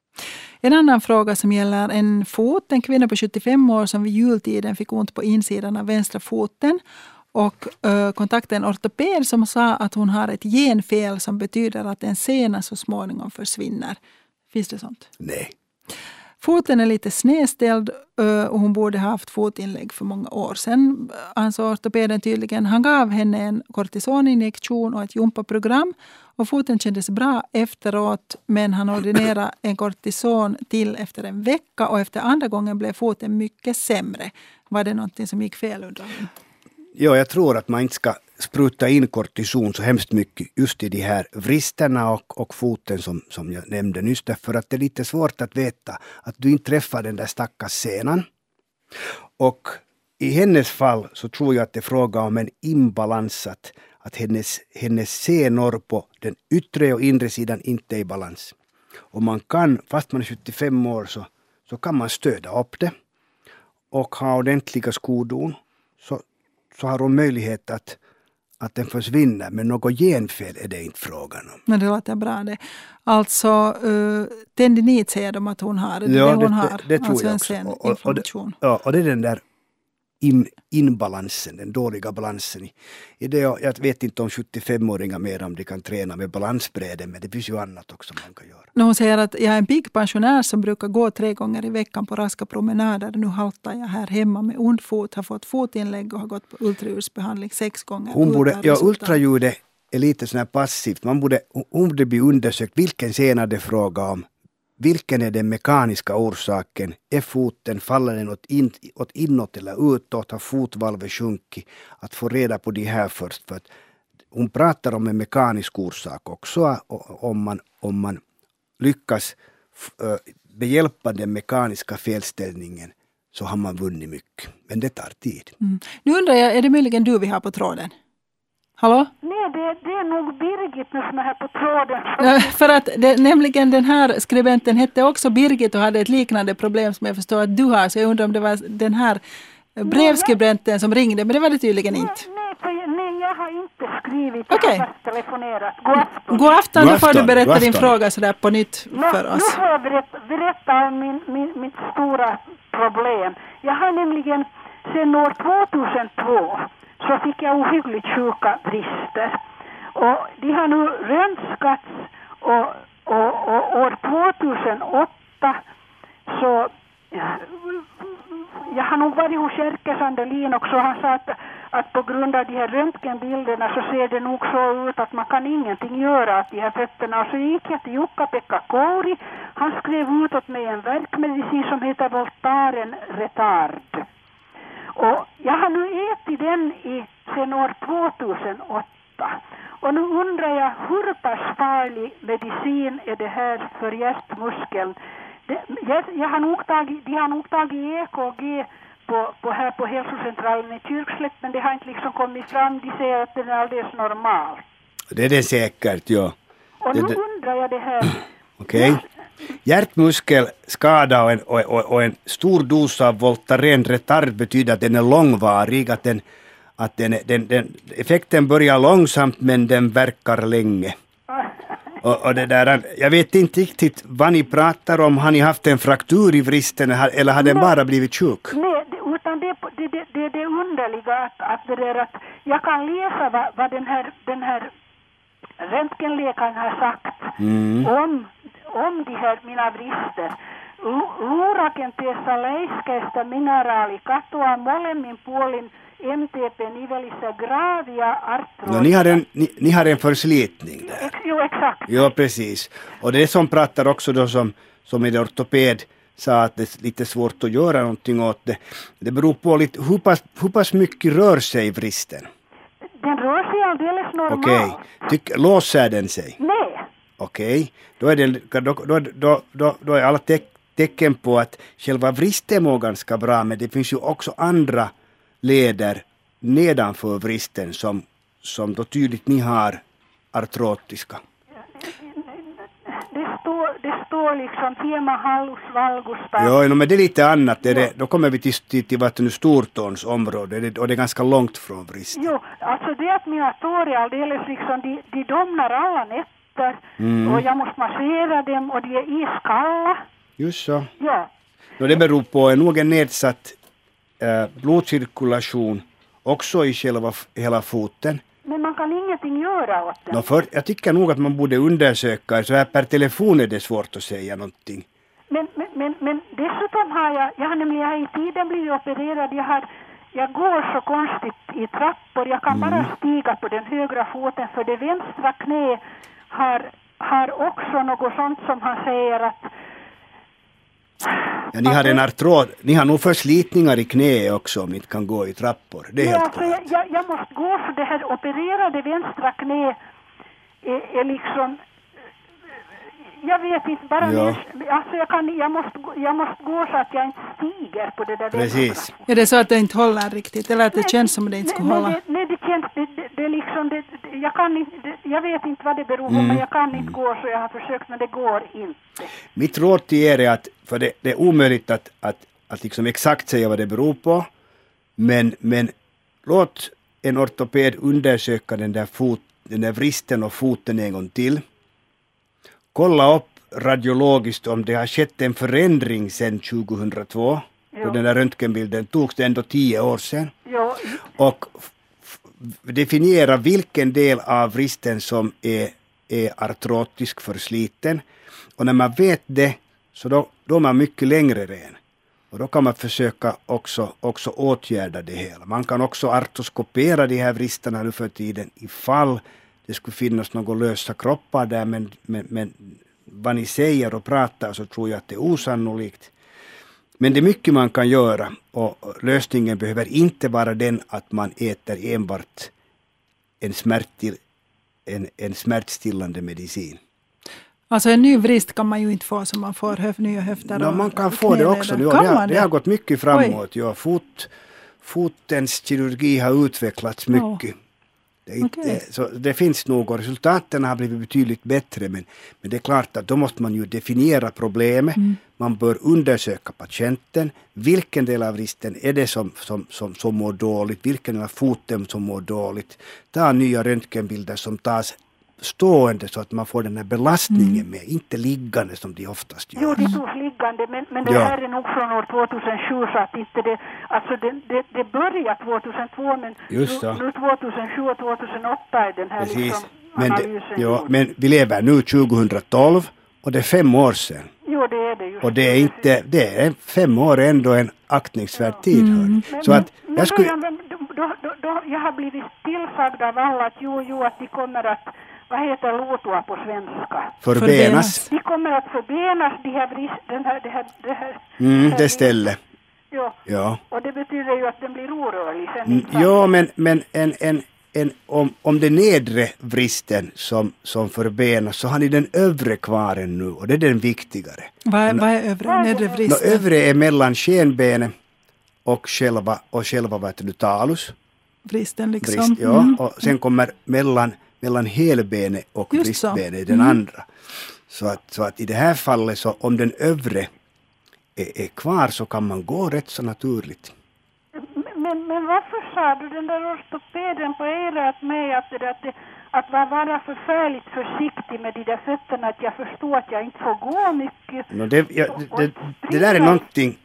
En annan fråga som gäller en fot. En kvinna på sjuttiofem år som vid jultiden fick ont på insidan av vänstra foten. Och uh, kontaktade en ortoped som sa att hon har ett genfel som betyder att en sena så småningom försvinner. Finns det sånt? Nej. Foten är lite snedställd och hon borde ha haft fotinlägg för många år sedan. Ansåg ortopeden tydligen. Han gav henne en kortisoninjektion och ett jumpaprogram. Och foten kändes bra efteråt, men han ordinerade en kortison till efter en vecka. Och efter andra gången blev foten mycket sämre. Var det någonting som gick fel under honom? Ja, jag tror att man inte ska spruta in kortison så hemskt mycket just i de här vristerna och, och foten som, som jag nämnde nyss. Därför att det är lite svårt att veta att du inte träffar den där stackars senan. Och i hennes fall så tror jag att det är fråga om en imbalans. Att, att hennes, hennes senor på den yttre och inre sidan inte är i balans. Och man kan, fast man är sjuttiofem år så, så kan man stöda upp det. Och ha ordentliga skodon. Så så har hon möjlighet att, att den försvinner. Men något genfel är det inte frågan om. Men det låter bra det. Alltså uh, tendinit säger de att hon har. Det, ja, det hon det, har. Det, det tror alltså jag också. En och, och, inflammation. Och det, ja, och det är den där in, inbalansen, den dåliga balansen. I, i det, jag vet inte om sjuttiofemåringar mer om de kan träna med balansbräden, men det finns ju annat också man kan göra. När hon säger att jag är en pigg pensionär som brukar gå tre gånger i veckan på raska promenader. Nu haltar jag här hemma med ond fot, har fått fotinlägg och har gått på ultraljudsbehandling sex gånger. Hon borde, ja, ultraljudet är lite sån här passivt. Man borde, hon borde bli undersökt vilken sena det är fråga om. Vilken är den mekaniska orsaken? Är foten, faller den åt, in, åt inåt eller utåt? Har fotvalvet sjunkit? Att få reda på det här först. För att hon pratar om en mekanisk orsak också. Om man, om man lyckas uh, behjälpa den mekaniska felställningen så har man vunnit mycket. Men det tar tid. Mm. Nu undrar jag, är det möjligen du vi har på tråden? Hallå? Nej, det, det är nog Birgit nu som är här på tråden. Ja, för att det, nämligen den här skribenten hette också Birgit och hade ett liknande problem som jag förstår att du har. Så jag undrar om det var den här brevskribenten som ringde, men det var det tydligen inte. Nej, nej, nej jag har inte skrivit. Okej. Jag har telefonerat. God afton. God afton, då får du berätta God din afton. fråga sådär på nytt Nå, för oss. Nu får jag berätta, berätta om min, min, mitt stora problem. Jag har nämligen sedan år tvåtusentvå så fick jag ohyggligt sjuka brister. Och de har nu rönskats och, och, och år tvåtusenåtta så jag har nog varit hos Jerker Sandelin också. Han sa att, att på grund av de här röntgenbilderna så ser det nog så ut att man kan ingenting göra åt de här fötterna. Och så gick jag till Jukka-Pekka Kouri. Han skrev ut åt mig en verkmedicin som heter Voltaren Retard. Och jag har nu ätit den i sedan år tvåtusenåtta. Och nu undrar jag hur pass farlig medicin är det här för hjärtmuskeln. Det, jag, jag har nog tagit, de har nog tagit E K G på, på här på hälsocentralen i Kyrkslätt, men det har inte liksom kommit fram. De säger att den är alldeles normal. Det är det säkert, ja. Och det, nu det... undrar jag det här. Okej. Okay. Hjärtmuskelskada och en, och, och, och en stor dos av Voltaren Retard betyder att den är långvarig, att, den, att den, den, den, effekten börjar långsamt men den verkar länge. Och, och det där, jag vet inte riktigt vad ni pratar om. Har ni haft en fraktur i vristen eller har den nej, bara blivit sjuk? Nej, det, utan det, det, det, det, det underliga att, att, det där att jag kan läsa vad, vad den här, den här röntgenläkaren har sagt mm. om, om de här mina vrister. Luurakenteessa läiskeistä mineraali katoaa molemmin puolin M T P-nivelissä gravia artrosia. No, ni, har en, ni, ni har en förslitning där. Ex, jo, exakt. Jo, precis. Och det som pratar också då som, som en ortoped sa att det är lite svårt att göra någonting åt det. Det beror på lite, hur pass, hur pass mycket rör sig vristen? Den rör sig alldeles normalt. Okej. Okay. Låser den sig? Nej. Okej. Okay. Då är det, då, då, då, då, då är alla te- tecken på att själva vristen mår ganska bra, men det finns ju också andra leder nedanför vristen som, som då tydligt ni har artrotiska. Det står, det står liksom tema hallus valgus. Jo, men det är lite annat. Det är det, då kommer vi till, till, till vatten stortåns område och det är ganska långt från vristen. Jo, alltså det att mina tår är alldeles liksom, de, de domnar alla nätter mm. och jag måste massera dem och de är iskalla. Just så. Ja. Och det beror på nog en nedsatt eh, blodcirkulation också i själva hela foten. Men man kan ingenting göra åt det. No, för, jag tycker nog att man borde undersöka. Så här per telefon är det svårt att säga någonting. Men, men, men, men dessutom har jag, jag har nämligen i tiden blivit opererad. Jag, har, jag går så konstigt i trappor. Jag kan mm. bara stiga på den högra foten. För det vänstra knä har, har också något sånt som han säger att... Ja, ni har en artrod. Ni har nog förslitningar i knä också om ni inte kan gå i trappor. Det är ja, helt alltså, klart. Jag, jag måste gå för det här opererade vänstra knä är, är liksom... Jag vet inte, bara ja. mer, alltså jag, kan, jag, måste, jag måste gå så att jag inte stiger på det där. Precis. Är det så att det inte håller riktigt? Eller att det nej, känns som att det inte ska nej, hålla? Nej, nej, det känns, det, det, det liksom, det, jag kan inte, det, jag vet inte vad det beror på, mm. men jag kan inte gå så jag har försökt, men det går inte. Mitt råd till er är att, för det, det är omöjligt att, att, att liksom exakt säga vad det beror på, men, men låt en ortoped undersöka den där, fot, den där vristen och foten en gång till. Kolla upp radiologiskt om det har skett en förändring sedan tjugohundratvå. Jo. Då den där röntgenbilden togs det ändå tio år sedan. Jo. Och f- f- definiera vilken del av vristen som är, är artrotisk försliten. Och när man vet det så då, då är man mycket längre ren. Och då kan man försöka också, också åtgärda det hela. Man kan också artroskopera de här vristerna nu för tiden ifall det skulle finnas några lösa kroppar där, men, men, men vad ni säger och pratar så tror jag att det är osannolikt. Men det är mycket man kan göra och lösningen behöver inte vara den att man äter enbart en, smärtil, en, en smärtstillande medicin. Alltså en ny vrist kan man ju inte få som man får höf, nya höfter. No, man kan få det också. Ja, det, har, det har gått mycket framåt. Ja, fot, fotens kirurgi har utvecklats mycket. Oh. Det, inte, okay. så det finns nog och resultaten har blivit betydligt bättre, men, men det är klart att då måste man ju definiera problemet. Mm. Man bör undersöka patienten. Vilken del av vristen är det som, som, som, som mår dåligt? Vilken del av foten som mår dåligt? Ta nya röntgenbilder som tas stående så att man får den här belastningen mm. med, inte liggande som de oftast gör. Jo, det togs liggande, men, men det ja. här är nog från år tvåtusensju så att inte det, alltså det, det, det börjar tvåtusentvå men Just nu, nu tvåtusensju och tvåtusenåtta är den här Precis. liksom men analysen. Det, ja, men vi lever nu tjugohundratolv Och det är fem år sedan. Jo, det är det ju. Och det är inte, det är fem år ändå en aktningsvärd tid. Mm. Men, så att men, jag skulle... men, då, då, då, då, jag har blivit tillsagd av alla att jo, jo, att de kommer att, vad heter lotua på svenska? Förbenas. De kommer att förbenas, de här brist, den här, det här, det här. Mm, det stället. Ja. Ja. Och det betyder ju att den blir orörlig sen. Mm, ja, men, men en, en, en, om, om det nedre vristen som, som förbenas så har ni den övre kvar ännu och det är den viktigare. Vad är, vad är övre, nedre No, vristen? övre är mellan skenbenet och själva, och själva vad heter det, talus. Vristen liksom. Vrist, ja, Mm. och sen kommer mellan, mellan helbenet och Just vristbenet så. den Mm. andra. Så att, så att i det här fallet så om den övre är, är kvar så kan man gå rätt så naturligt. Men, men varför sa du den där ortopeden på er att mig att, det, att, det, att man vara förfärligt försiktig med de där fötterna, att jag förstår att jag inte får gå mycket. No, det, ja, det, det, det där är någonting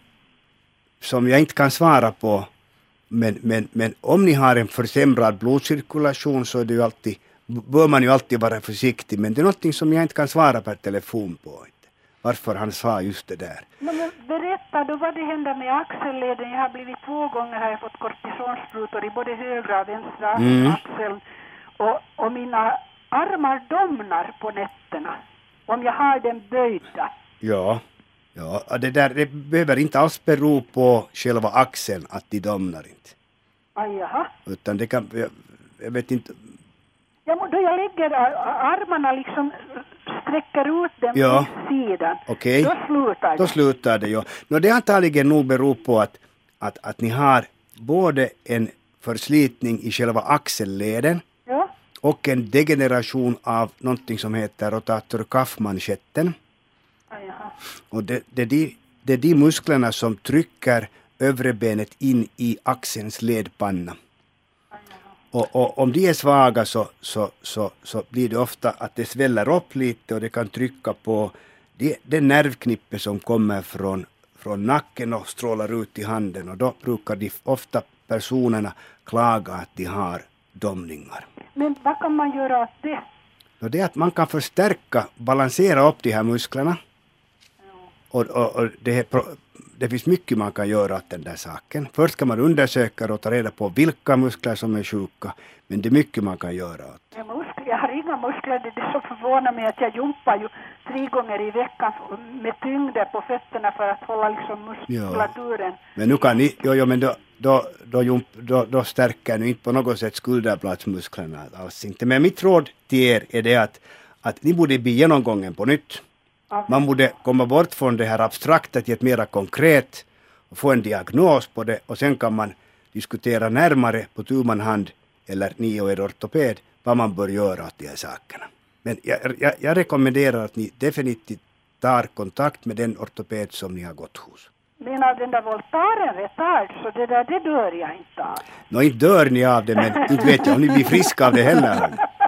som jag inte kan svara på. Men, men, men om ni har en försämrad blodcirkulation så är det ju alltid, bör man ju alltid vara försiktig. Men det är någonting som jag inte kan svara per telefon på. Varför han sa just det där. Men berätta då vad det händer med axelleden. Jag har blivit två gånger har jag fått kortisonsprutor i både högra och vänstra Mm. axeln. Och, och mina armar domnar på nätterna. Om jag har den böjda. Ja, ja det, där, det behöver inte alls bero på själva axeln att de domnar inte. Aj, jaha. Utan det kan, jag, jag vet inte. Ja, men då jag lägger armarna liksom sträcker ut dem Ja. på sidan. Okej. Då slutar det. Då slutar det ju. No, det antagligen nog beror på att, att, att ni har både en förslitning i själva axelleden Ja. och en degeneration av någonting som heter rotator cuff-manschetten. Aj, jaha. Och det, det, är de, det är de musklerna som trycker övre benet in i axelns ledpanna. Och, och om de är svaga så, så, så, så blir det ofta att det sväller upp lite och det kan trycka på det, det nervknippe som kommer från, från nacken och strålar ut i handen. Och då brukar de ofta personerna klaga att de har domningar. Men vad kan man göra åt det? Och det är att man kan förstärka, balansera upp de här musklerna. Och, och, och det, är, pro- det finns mycket man kan göra åt den där saken. Först kan man undersöka och ta reda på vilka muskler som är sjuka. Men det är mycket man kan göra åt. Jag, muskler, jag har inga muskler. Det är så förvånar mig att jag jumpar ju tre gånger i veckan med tyngder på fötterna för att hålla liksom muskulaturen. Men nu kan ni, jo, jo, men då, då, då, jump, då, då stärker ni inte på något sätt skulderbladsmusklerna alls inte. Men mitt råd till er är det att, att ni borde bli genomgången på nytt. Man borde komma bort från det här abstrakta till ett mera konkret och få en diagnos på det och sen kan man diskutera närmare på tu man hand eller ni och er ortoped vad man bör göra åt de här sakerna. Men jag, jag, jag rekommenderar att ni definitivt tar kontakt med den ortoped som ni har gått hos. Men av den där voltaren retard så det där det dör jag inte av. Nå, inte dör ni av det men inte vet jag om ni blir friska av det heller.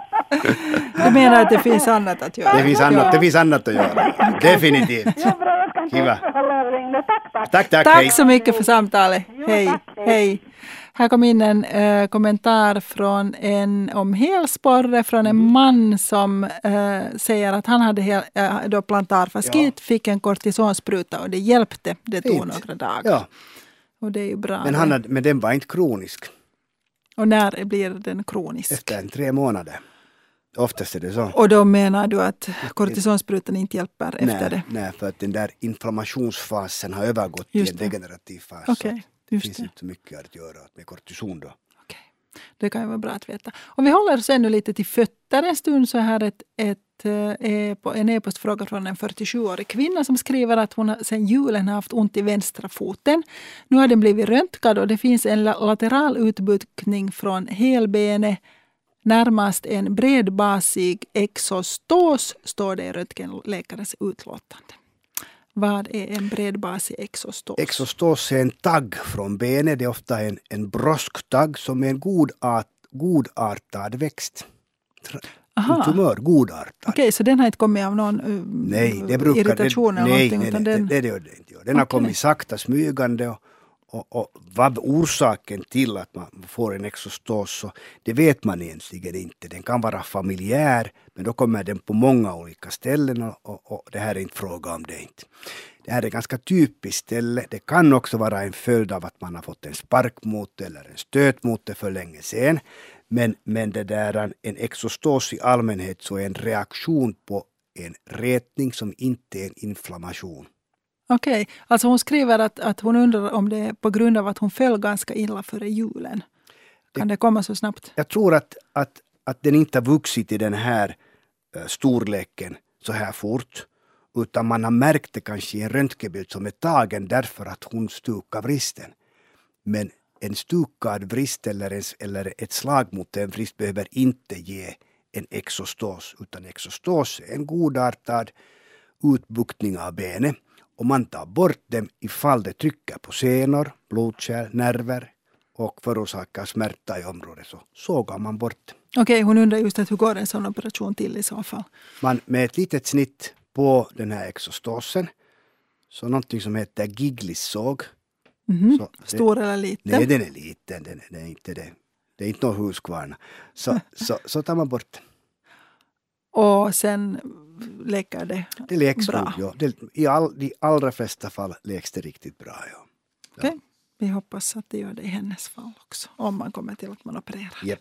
Du menar att det finns annat att göra? Det finns annat, det finns annat att göra. Definitivt. Ja, bra, jag ska inte Kiva. hålla regnet. Tack, tack. Tack, tack, Tack hej. så mycket för samtalet. Jo, Hej. tack, hej. Hej. Här kom in en eh, kommentar från en om helsporre från en man som eh, säger att han hade hel, eh, då plantarfaskit, fick en kortisonspruta och det hjälpte. Det tog Fint. några dagar. Ja, Och det är ju bra. men, han hade, men den var inte kronisk. Och när blir den kronisk? Efter en tre månader. Oftast är det så. Och då menar du att kortisonsprutan inte hjälper efter nej, det? nej, för att den där inflammationsfasen har övergått Just i en det. degenerativ fas. Okej, Så det just finns det. inte så mycket att göra med kortison då. Okej. Det kan ju vara bra att veta. Om vi håller oss ännu lite till fötter en stund så är här ett, ett, eh, en e-postfråga från en fyrtiosjuårig kvinna som skriver att hon sedan julen har haft ont i vänstra foten. Nu har den blivit röntgad och det finns en lateral utbukning från helbenet. Närmast en bredbasig exostos står det i röntgenläkares utlåtande. Vad är en bredbasig exostos? Exostos är en tagg från benet. Det är ofta en, en brosktagg som är en godart, godartad växt. Aha. En tumör, godartad. Okej, så den har inte kommit av någon uh, Nej, det brukar, irritation det, eller nej, någonting? nej, utan nej, den... det, det gör det inte. Den har Okej. kommit sakta smygande och, Och, och vad orsaken till att man får en exostos, så det vet man egentligen inte. Den kan vara familjär, men då kommer den på många olika ställen och, och, och det här är inte fråga om det inte. Det här är ganska typiskt ställe. Det kan också vara en följd av att man har fått en spark mot eller en stöt mot det för länge sedan. Men, men det där, en exostos i allmänhet så är en reaktion på en rätning som inte är en inflammation. Okej, okay. Alltså hon skriver att, att hon undrar om det är på grund av att hon föll ganska illa före julen. Kan det, det komma så snabbt? Jag tror att, att, att den inte har vuxit i den här uh, storleken så här fort. Utan man har märkt det kanske i en röntgenbild som är tagen därför att hon stukar vristen. Men en stukad vrist eller, en, eller ett slag mot en vrist behöver inte ge en exostos. Utan exostos är en godartad utbuktning av benet. Och man tar bort dem ifall det trycker på senor, blodkärl, nerver och förorsakar smärta i området, så sågar man bort. Okej, okay, hon undrar just att hur går en sån operation till i så fall? Man, med ett litet snitt på den här exostosen, så någonting som heter Giglis-såg. Mm-hmm. Så det, stor eller liten? Nej, den är liten, den, den är inte det. Det är inte någon huskvarna. Så, så, så tar man bort. Och sen läker det, det läks bra? Nog, ja. Det, i all, de allra flesta fall läks det riktigt bra, ja. Okej, okay. Vi hoppas att det gör det i hennes fall också. Om man kommer till att man opererar. Yep.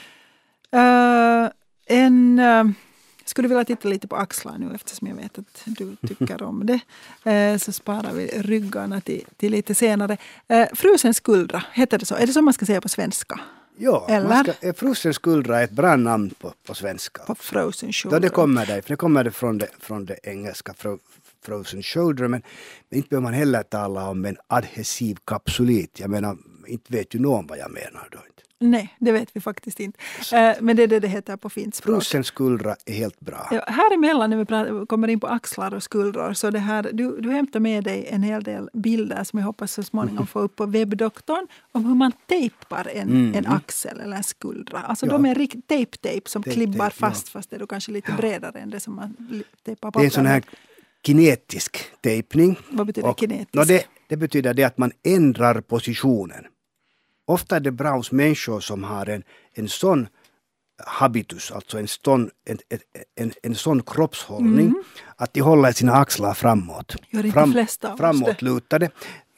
Uh, en... Uh, Jag skulle vilja titta lite på axlar nu eftersom jag vet att du tycker om det. Eh, så sparar vi ryggarna till, till lite senare. Eh, frusen skuldra, heter det så? Är det så man ska säga på svenska? Ja, man ska, frusen skuldra är ett bra namn på, på svenska. På frozen shoulder. Då det kommer det, för det kommer det från det, från det engelska fro, frozen shoulder. Men, men inte behöver man heller tala om en adhesiv kapsulit. Jag menar, inte vet ju någon vad jag menar då. Nej, det vet vi faktiskt inte. Eh, men det är det det heter på fint språk. Frusen skuldra är helt bra. Ja, här emellan när vi pratar, kommer in på axlar och skuldror, så det här, du, du hämtar med dig en hel del bilder som jag hoppas så småningom få upp på webbdoktorn om hur man tejpar en, mm. en axel eller en skuldra. Alltså ja. De är rikt tejp-tejp som tape, klibbar tape, fast, ja. Fast det är då kanske lite ja. bredare än det som man tejpar på. Det är en sån här kinetisk tejpning. Vad betyder och, kinetisk? No, det, det betyder det att man ändrar positionen. Ofta är det bra hos människor som har en, en sån habitus, alltså en sån, en, en, en sån kroppshållning mm. att de håller sina axlar framåt. Gör inte Fram, flesta av framåtlutade.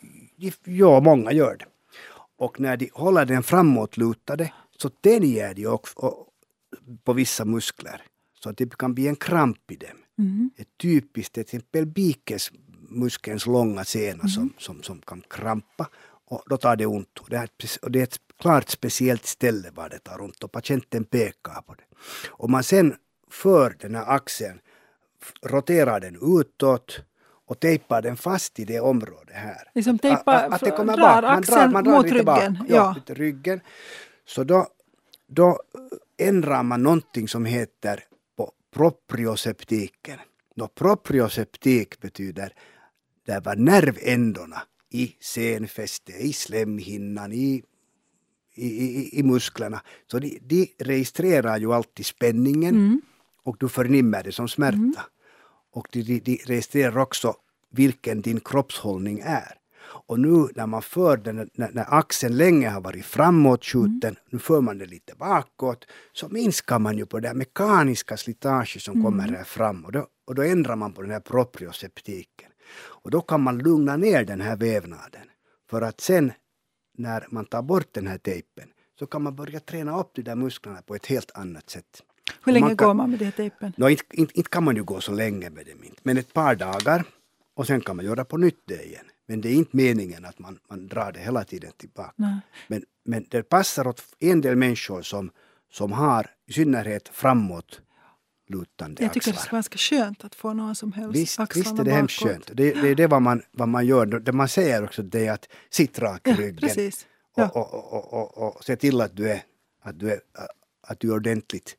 Ja, många gör det. Och när de håller den framåtlutade så tänjer de också på vissa muskler. Så att det kan bli en kramp i dem. Mm. Ett typiskt, till exempel bikesmuskelns långa sena mm. som, som, som kan krampa. Och då tar det ont. Och det, är, och det är ett klart speciellt ställe var det tar ont. Och patienten pekar på det. Och man sen för den här axeln, roterar den utåt och tejpar den fast i det området här. Liksom tejpa, att, att det kommer drar bak. Man drar, man drar mot ryggen. Bak. Ja, ja. Lite ryggen. Så då, då ändrar man någonting som heter på proprioseptiken. Då proprioseptik betyder där var nervändorna i senfäste, i slemhinnan, i, i, i, i musklerna. Så de, de registrerar ju alltid spänningen mm. och du förnimmer det som smärta. Mm. Och de, de, de registrerar också vilken din kroppshållning är. Och nu när man för den, när, när axeln länge har varit framåtskjuten, mm. nu för man det lite bakåt, så minskar man ju på det mekaniska slitage som mm. kommer här fram. Och då, och då ändrar man på den här proprioseptiken. Och då kan man lugna ner den här vävnaden. För att sen när man tar bort den här tejpen så kan man börja träna upp de där musklerna på ett helt annat sätt. Hur länge man kan, går man med den här tejpen? No, inte, inte, inte kan man ju gå så länge med det. Men ett par dagar och sen kan man göra på nytt det igen. Men det är inte meningen att man, man drar det hela tiden tillbaka. Men, men det passar åt en del människor som, som har i synnerhet framåt lutande jag tycker axlar. Det är ganska skönt att få någon som helst visst, axlarna visst är det hemskt skönt. Det, det är det vad man, vad man gör. Det man säger också det är att sitt rak i ja, ryggen. Precis. Ja. Och, och, och, och, och se till att du är, att du är, att du är ordentligt.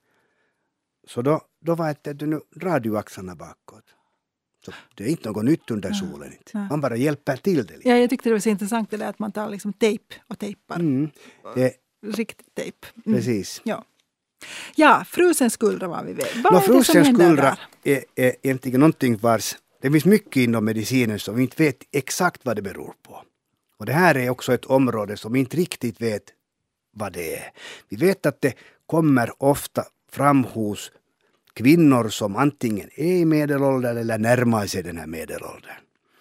Så då, då var det att du nu drar du axlarna bakåt. Så det är inte något nytt under solen. Inte. Ja. Man bara hjälper till det lite. Ja, jag tyckte det var så intressant det där att man tar liksom tejp och tejpar. Mm. Det, Riktigt tejp. Mm. Precis. Ja. Ja, frusen skuldra var vi vid. Vad no, är det som händer skuldra där? Är, är egentligen någonting vars, det finns mycket inom medicinen som vi inte vet exakt vad det beror på. Och det här är också ett område som inte riktigt vet vad det är. Vi vet att det kommer ofta fram hos kvinnor som antingen är i medelåldern eller närmar sig den här medelåldern.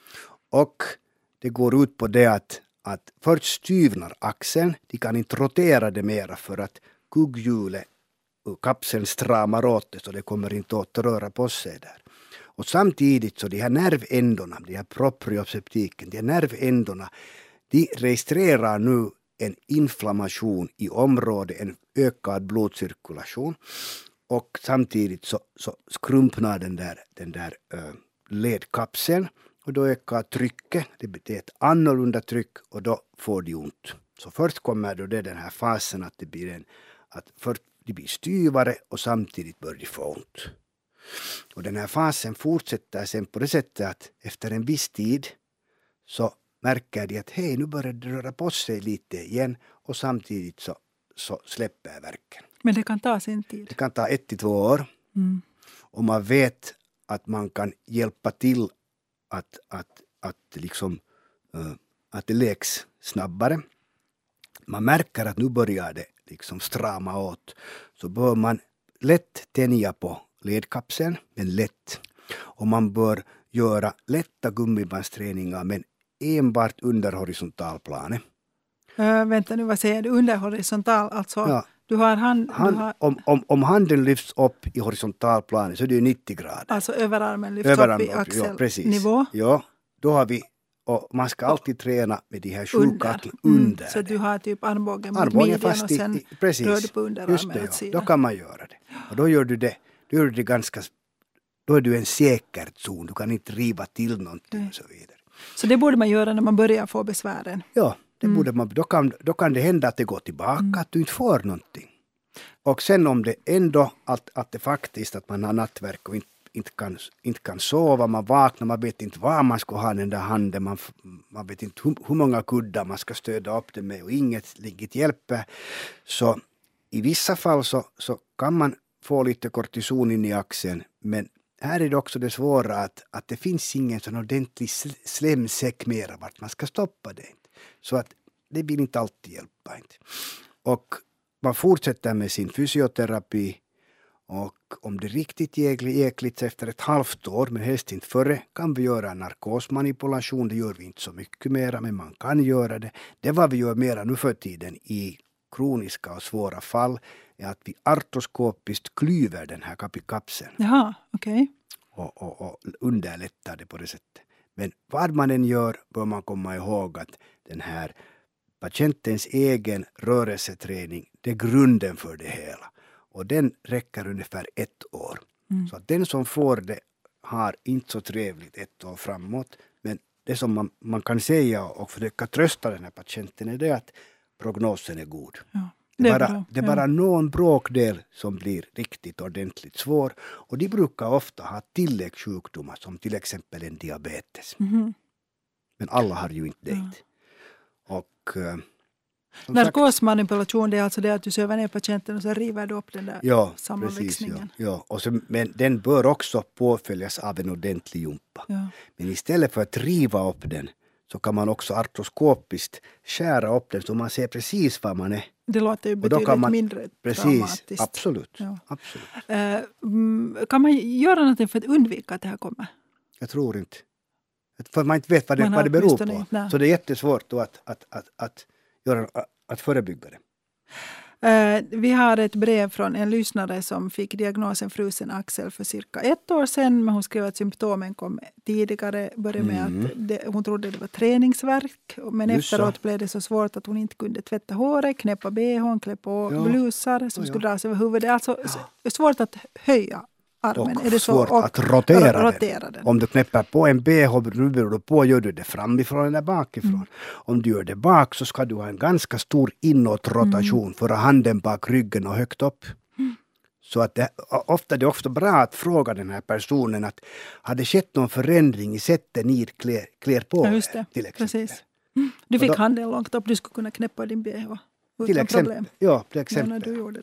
Och det går ut på det att, att först styvnar axeln, de kan inte rotera det mera för att kugghjulet och kapseln stramar åt det så det kommer inte åt att röra på sig där. Och samtidigt så de här nervändorna, de här proprioceptiken, de här nervändorna, de registrerar nu en inflammation i området, en ökad blodcirkulation. Och samtidigt så, så skrumpnar den där, den där uh, ledkapseln och då ökar trycket. Det är ett annorlunda tryck och då får de ont. Så först kommer då det den här fasen att det blir en, att först de blir styvare och samtidigt börjar de få ont. Och den här fasen fortsätter sen på det sättet att efter en viss tid så märker de att hej, nu börjar det röra på sig lite igen och samtidigt så, så släpper verken. Men det kan ta sin tid. Det kan ta ett till två år. Mm. Och man vet att man kan hjälpa till att, att, att, liksom, uh, att det läks snabbare. Man märker att nu börjar det liksom strama åt. Så bör man lätt tänja på ledkapseln, men lätt. Och man bör göra lätta gummibandsträningar men enbart under horisontalplanet. Uh, vänta nu, vad säger du? Under horisontal, alltså Ja. du har hand... hand du har, om, om, om handen lyfts upp i horisontalplanet så är det ju nittio grader. alltså överarmen lyfts Överarm, upp i ja, axelnivå. Ja, då har vi, och man ska alltid träna med de här sjuka axlarna under. Mm, så du har typ armbågen mot Armbågen midjan fast och i, sen i, precis, rör du på underarmen just det, åt ja. sidan. Då kan man göra det. Och då gör du det, då gör du det ganska, då är du en säker zon, du kan inte riva till någonting Mm. och så vidare. Så det borde man göra när man börjar få besvären. Ja, det Mm. borde man, då, kan, då kan det hända att det går tillbaka, Mm. att du inte får någonting. Och sen om det ändå, att, att det faktiskt att man har nattverk och inte, inte, kan, inte kan sova, man vaknar, man vet inte var man ska ha den där handen, man, man vet inte hur, hur många kuddar man ska stöda upp det med och inget ligget hjälper. Så i vissa fall så, så kan man få lite kortison in i axeln, men här är det också det svåra att, att det finns ingen sån ordentlig slemsäck mera vart man ska stoppa det. Så att det vill inte alltid hjälpa. Inte. Och man fortsätter med sin fysioterapi och om det riktigt jäkligt efter ett halvt år, men helst inte före, kan vi göra en narkosmanipulation. Det gör vi inte så mycket mera, men man kan göra det. Det vad vi gör mera nu för tiden i kroniska och svåra fall är att vi artroskopiskt klyver den här kapseln. Jaha, okej. Okay. Och, och, och underlättar det på det sättet. Men vad man än gör bör man komma ihåg att den här patientens egen rörelseträning, det är grunden för det hela. Och den räcker ungefär ett år. Mm. Så att den som får det har inte så trevligt ett år framåt. Men det som man, man kan säga och försöka trösta den här patienten är det att prognosen är god. Ja, det, det är är bara, bra. det är Ja. bara någon bråkdel som blir riktigt ordentligt svår. Och de brukar ofta ha tilläggssjukdomar som till exempel en diabetes. Mm-hmm. Men alla har ju inte det. Ja. Och uh, narkosmanipulation, det är alltså det att du söver ner patienten och så river du upp den där ja, sammanväxningen. Precis, ja, ja. Och så, men den bör också påföljas av en ordentlig jumpa. Ja. Men istället för att riva upp den så kan man också artroskopiskt skära upp den så man ser precis vad man är. Det låter ju betydligt man, mindre precis, traumatiskt. Absolut. Ja. absolut. Uh, kan man göra något för att undvika att det här kommer? Jag tror inte. För man inte vet vad det, vad det beror på. Inte, så det är jättesvårt då att, att, att, att, göra, att förebygga det. Uh, vi har ett brev från en lyssnare som fick diagnosen frusen axel för cirka ett år sedan. Men hon skrev att symptomen kom tidigare. Började med mm. att det, hon trodde det var träningsvärk. Men Just efteråt så. blev det så svårt att hon inte kunde tvätta håret, knäppa behån, klä på ja. blusar som ja, skulle ja. dras över huvudet. Alltså ja. svårt att höja armen. Och är det svårt så? Och att rotera, rotera den. den. Om du knäpper på en bh, nu beror du på, gör du det framifrån eller bakifrån. Mm. Om du gör det bak så ska du ha en ganska stor inåtrotation mm. för handen bak ryggen och högt upp. Mm. Så att det, ofta det är ofta bra att fråga den här personen att har det skett någon förändring i sättet ni klär, klär på ja, just det. till exempel. Precis. Mm. Du fick då, handen långt upp, du skulle kunna knäppa din bh utan till exempel, problem. Ja, till exempel. Ja, när du gjorde det.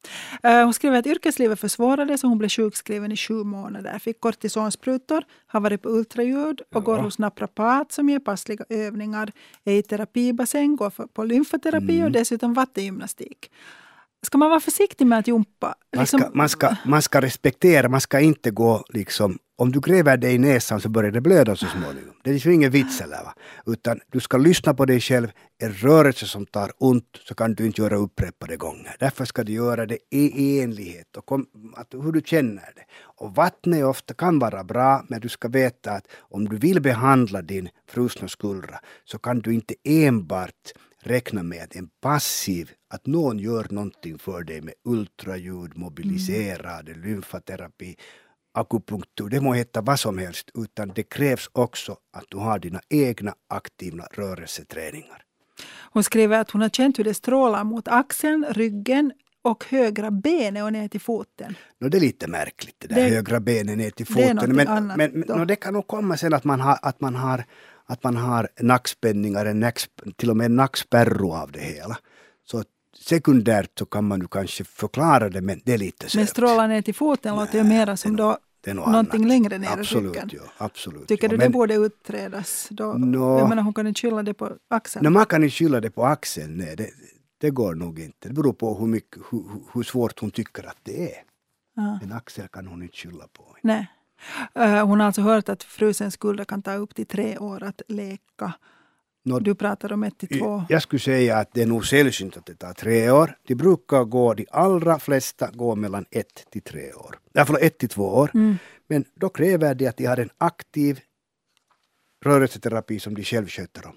Uh, hon skriver att yrkeslivet försvårades och hon blev sjukskriven i sju månader. Fick kortisonsprutor, har varit på ultraljud och ja. går hos naprapat som ger passliga övningar. Är i terapibassäng, går för, på lymfoterapi mm. och dessutom vattengymnastik. Ska man vara försiktig med att jumpa? Liksom... Man, ska, man, ska, man ska respektera, man ska inte gå liksom, om du gräver dig i näsan så börjar det blöda så småningom. Det är liksom ingen vits eller va? Utan du ska lyssna på dig själv. En rörelse som tar ont så kan du inte göra upprepade gånger. Därför ska du göra det i enlighet och kom, att, hur du känner det. Och vattnet ofta kan vara bra, men du ska veta att om du vill behandla din frusna skuldra så kan du inte enbart räkna med att en passiv, att någon gör någonting för dig med ultraljud, mobiliserade, mm. lymfaterapi, akupunktur, det må heta vad som helst, utan det krävs också att du har dina egna aktiva rörelseträningar. Hon skriver att hon har känt hur det strålar mot axeln, ryggen och högra benet och ner till foten. No, det är lite märkligt det där det, högra benet ner till foten. Det är men annat men no, det kan nog komma sen att man har, att man har, att man har nackspänningar, en nack, till och med en nackspärro av det hela. Så sekundärt så kan man ju kanske förklara det, men det är lite sökt. Men stråla ner till foten Nej, låter ju mera som då någonting annat. Längre ner absolut, i ryggen. Ja, absolut. Tycker ja, du men, det borde utredas? Då, no, jag menar, hon kan inte skylla det på axeln. Nej, man kan inte skylla det på axeln. Nej, det, det går nog inte. Det beror på hur, mycket, hur, hur svårt hon tycker att det är. Ja. En axel kan hon inte skylla på. Nej. Uh, hon har alltså hört att frusens skuldra kan ta upp till tre år att läka. No, du pratar om ett till två. Jag skulle säga att det är nog sällsynt att det tar tre år. De brukar gå, de allra flesta går mellan ett till tre år. Därför ett till två år. Mm. Men då kräver det att de har en aktiv rörelseterapi som de själv sköter om.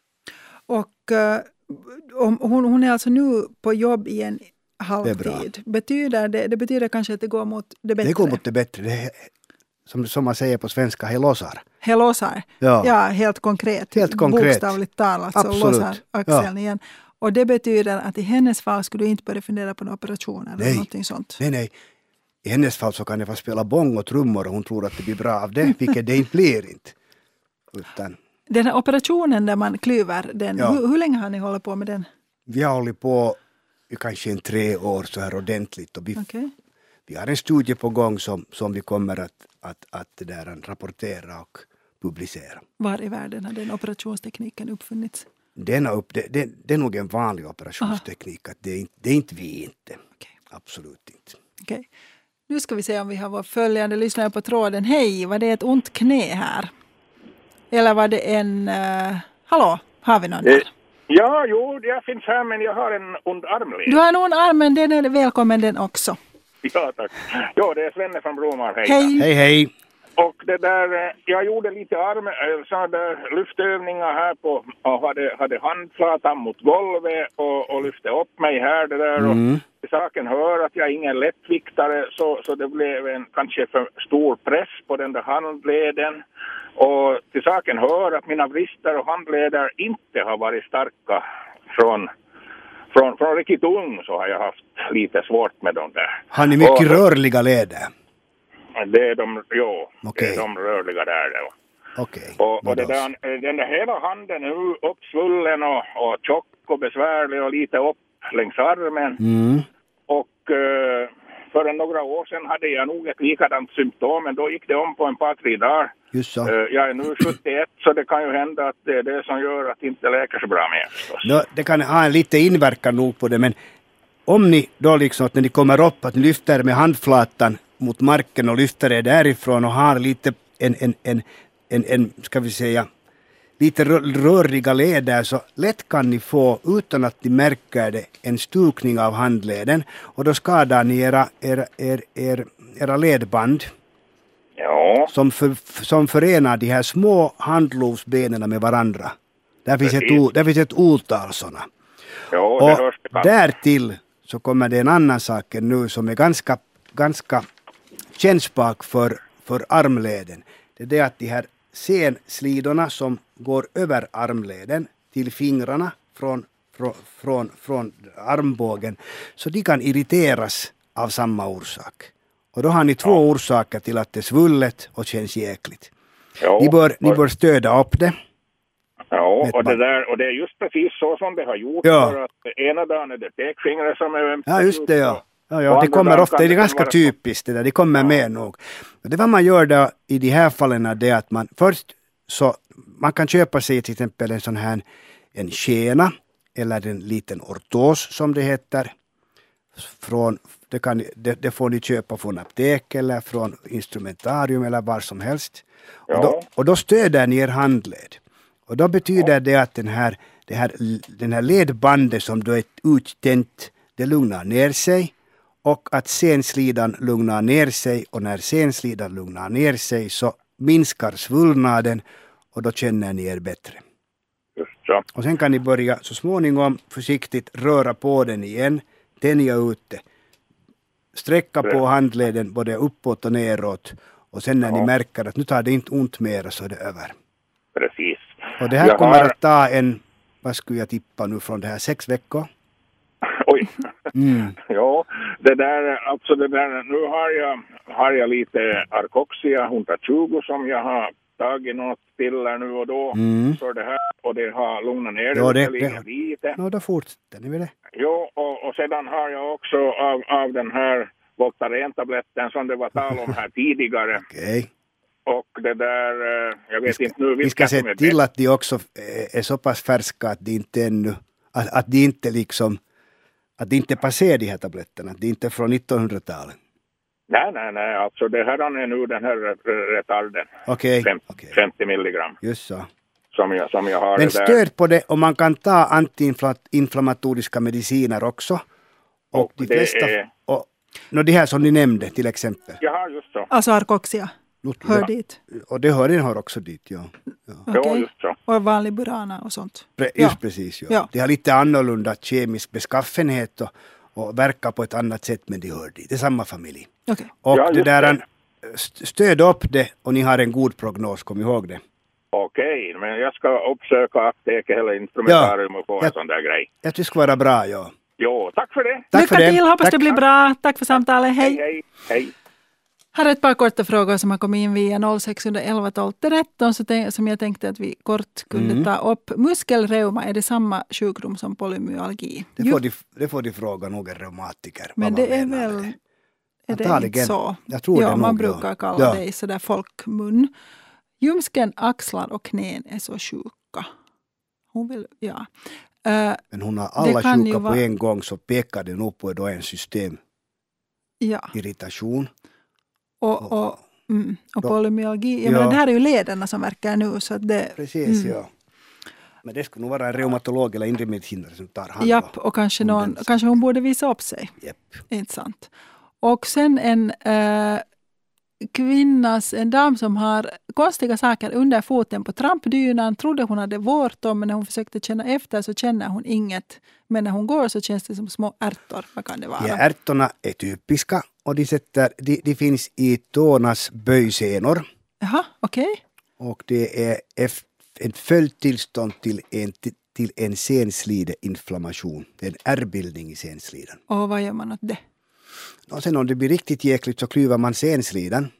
Och uh, om, hon, hon är alltså nu på jobb i en halvtid. Det betyder det, det betyder kanske att det går mot det bättre? Det går mot det bättre. Det är, som, som man säger på svenska, helosar. Helosar? Ja. ja, helt konkret. Helt konkret. Bokstavligt talat så lossar axeln ja. igen. Och det betyder att i hennes fall skulle du inte börja fundera på en operation eller nej. någonting sånt? Nej, nej. I hennes fall så kan jag få spela bång och trummor och hon tror att det blir bra av det, vilket det inte blir inte. Utan... Den här operationen där man klyver den, ja. hur, hur länge har ni hållit på med den? Vi har hållit på i kanske en tre år så här ordentligt och vi, okay. vi har en studie på gång som, som vi kommer att, att, att där, rapportera och publicera. Var i världen har den operationstekniken uppfunnits? Den har upp, det, det, det är nog en vanlig operationsteknik. Att det, är, det är inte vi inte. Okay. Absolut inte. Okay. Nu ska vi se om vi har vår följande lyssnare på tråden. Hej, var det ett ont knä här? Eller var det en... Uh, hallå, har vi någon där? Ja, jo, jag finns här men jag har en ond armled. Du har en ond arm men den är välkommen den också. Ja, tack. Ja, det är Svenne från Bromar. Hej. Hej. Hej, hej. Och det där, jag gjorde lite arm, så där lyftövningar här på, och hade, hade handflatan mot golvet och, och lyfte upp mig här det där. Mm. Och till saken hör att jag är ingen lättviktare så, så det blev en kanske för stor press på den där handleden. Och till saken hör att mina brister och handleder inte har varit starka från... Från, från riktigt ung så har jag haft lite svårt med dem där. Har ni mycket och, rörliga leder? Det är de, jo, okay. det är de rörliga där då. Okej. Okay. Och, och det där, den där hela handen nu uppsvullen och, och tjock och besvärlig och lite upp längs armen. Mm. Och uh, för några år sedan hade jag nog ett likadant symptom, men då gick det om på en par, tre dagar. Just så. Uh, jag är nu sjuttioett så det kan ju hända att det är det som gör att det inte läker så bra med. No, det kan ha en lite inverkan nog på det, men om ni då liksom att när ni kommer upp att ni lyfter med handflatan mot marken och lyfter er därifrån och har lite en, en, en, en, en ska vi säga lite röriga leder så lätt kan ni få utan att ni märker det en stukning av handleden och då skadar ni era, era, era, era, era ledband. Ja. Som, för, som förenar de här små handlovsbenen med varandra. Där finns, ett, där finns ett otal sådana. Ja, och därtill så kommer det en annan sak nu som är ganska, ganska kännsprak för, för armleden. Det är det att de här senslidorna som går över armleden till fingrarna från, från, från, från armbågen så de kan irriteras av samma orsak. Och då har ni två ja. orsaker till att det är svullet och känns jäkligt. Ja, ni, bör, ni bör stöda upp det. Ja, och det, där, och det är just precis så som det har gjort. Ja. För att ena dagen är det pekfingret som är ömt. Ja, just det, ja. Ja, ja, det kommer ofta, det är ganska typiskt det där, det kommer ja. med nog. Och det vad man gör då i de här fallen är det att man först så, man kan köpa sig till exempel en sån här, en skena eller en liten ortos som det heter. Från, det, kan, det, det får ni köpa från aptek eller från instrumentarium eller var som helst. Ja. Och, då, och då stöder ni er handled. Och då betyder ja. det att den här, det här, den här ledbandet som då är uttänt, det lugnar ner sig. Och att senslidan lugnar ner sig, och när senslidan lugnar ner sig så minskar svullnaden och då känner ni er bättre. Just så. Och sen kan ni börja så småningom försiktigt röra på den igen, tänja ut det. Sträcka på handleden både uppåt och neråt, och sen när ja. ni märker att nu tar det inte ont mer så är det över. Precis. Och det här jag kommer har... att ta en, vad skulle jag tippa nu från det här, sex veckor? Oj. Mm. Ja, det där, alltså det där, nu har jag, har jag lite Arcoxia hundratjugo som jag har tagit något piller nu och då mm. för det här, och det har lugnat ner ja, det, lite det, lite. Ja, då fortsätter ni med det. Jo, och, och sedan har jag också av, av den här Voltaren-tabletten som det var tal om här tidigare. Okej. Okay. Och det där, jag vet ska, inte nu vi ska se till att de också är så pass färska att de inte ännu, att, att de inte liksom att det inte passerar de här tabletterna, det är inte från nittonhundratalet. Nej, nej, nej, alltså det här är nu den här retarden. Okej. Okay. Okay. femtio milligram. Just så. Som jag, som jag har. Men stöd på det, och man kan ta antiinflammatoriska mediciner också. Och, och de flesta, är... och, no, de här som ni nämnde till exempel. Ja, just så. Alltså Arcoxia. Hör dit. Och det hör, den hör också dit, ja. Ja, okay. ja just så. Och vanlig burana och sånt. Pre- just ja. precis, ja. ja. Det har lite annorlunda kemisk beskaffenhet och, och verkar på ett annat sätt, men de hör dit. Det är samma familj. Okay. Och ja, det där, det. stöd upp det och ni har en god prognos, kom ihåg det. Okej, okay, men jag ska uppsöka aptek eller instrumentarium ja. och få en jag, sån där grej. Jag tycker det ska vara bra, ja. Jo, tack för det. Tack Lycka för till, det. hoppas tack. det blir bra. Tack för samtalet, hej. Hej, hej, hej. Här är ett par korta frågor som har kommit in via noll sex ett ett tolv tretton som jag tänkte att vi kort kunde mm. ta upp. Muskelreuma, är det samma sjukdom som polymyalgi? Det får, de, det får de fråga nog en reumatiker. Men det är väl det. Är det inte igen. så? Jag tror ja, det man nog, brukar kalla ja. det i sådär folkmun. Ljumsken, axlar och knän är så sjuka. Hon vill, ja. Uh, Men hon har alla sjuka på vara... en gång, så pekar det nog på då en system. Ja. Irritation. Och, och, mm, och polymyalgi. Jag ja. menar, det här är ju lederna som verkar nu. Så att det, Precis, mm. ja. Men det skulle nog vara en reumatolog eller inre medicinare som tar hand om. Japp, och kanske, någon, kanske hon borde visa upp sig. Japp. Inte sant. Och sen en äh, kvinnas, en dam som har konstiga saker under foten på trampdynan. Trodde hon hade vårtor, men när hon försökte känna efter så känner hon inget. Men när hon går så känns det som små ärtor. Vad kan det vara? Ja, ärtorna är typiska och de, sätter, de, de finns i tårnas böjsenor. Jaha, okej. Okay. Och det är ett följdtillstånd till en, till en senslideninflammation. Det är en ärrbildning i senslidan. Och vad gör man åt det? Och sen om det blir riktigt jäkligt så klyver man senslidan.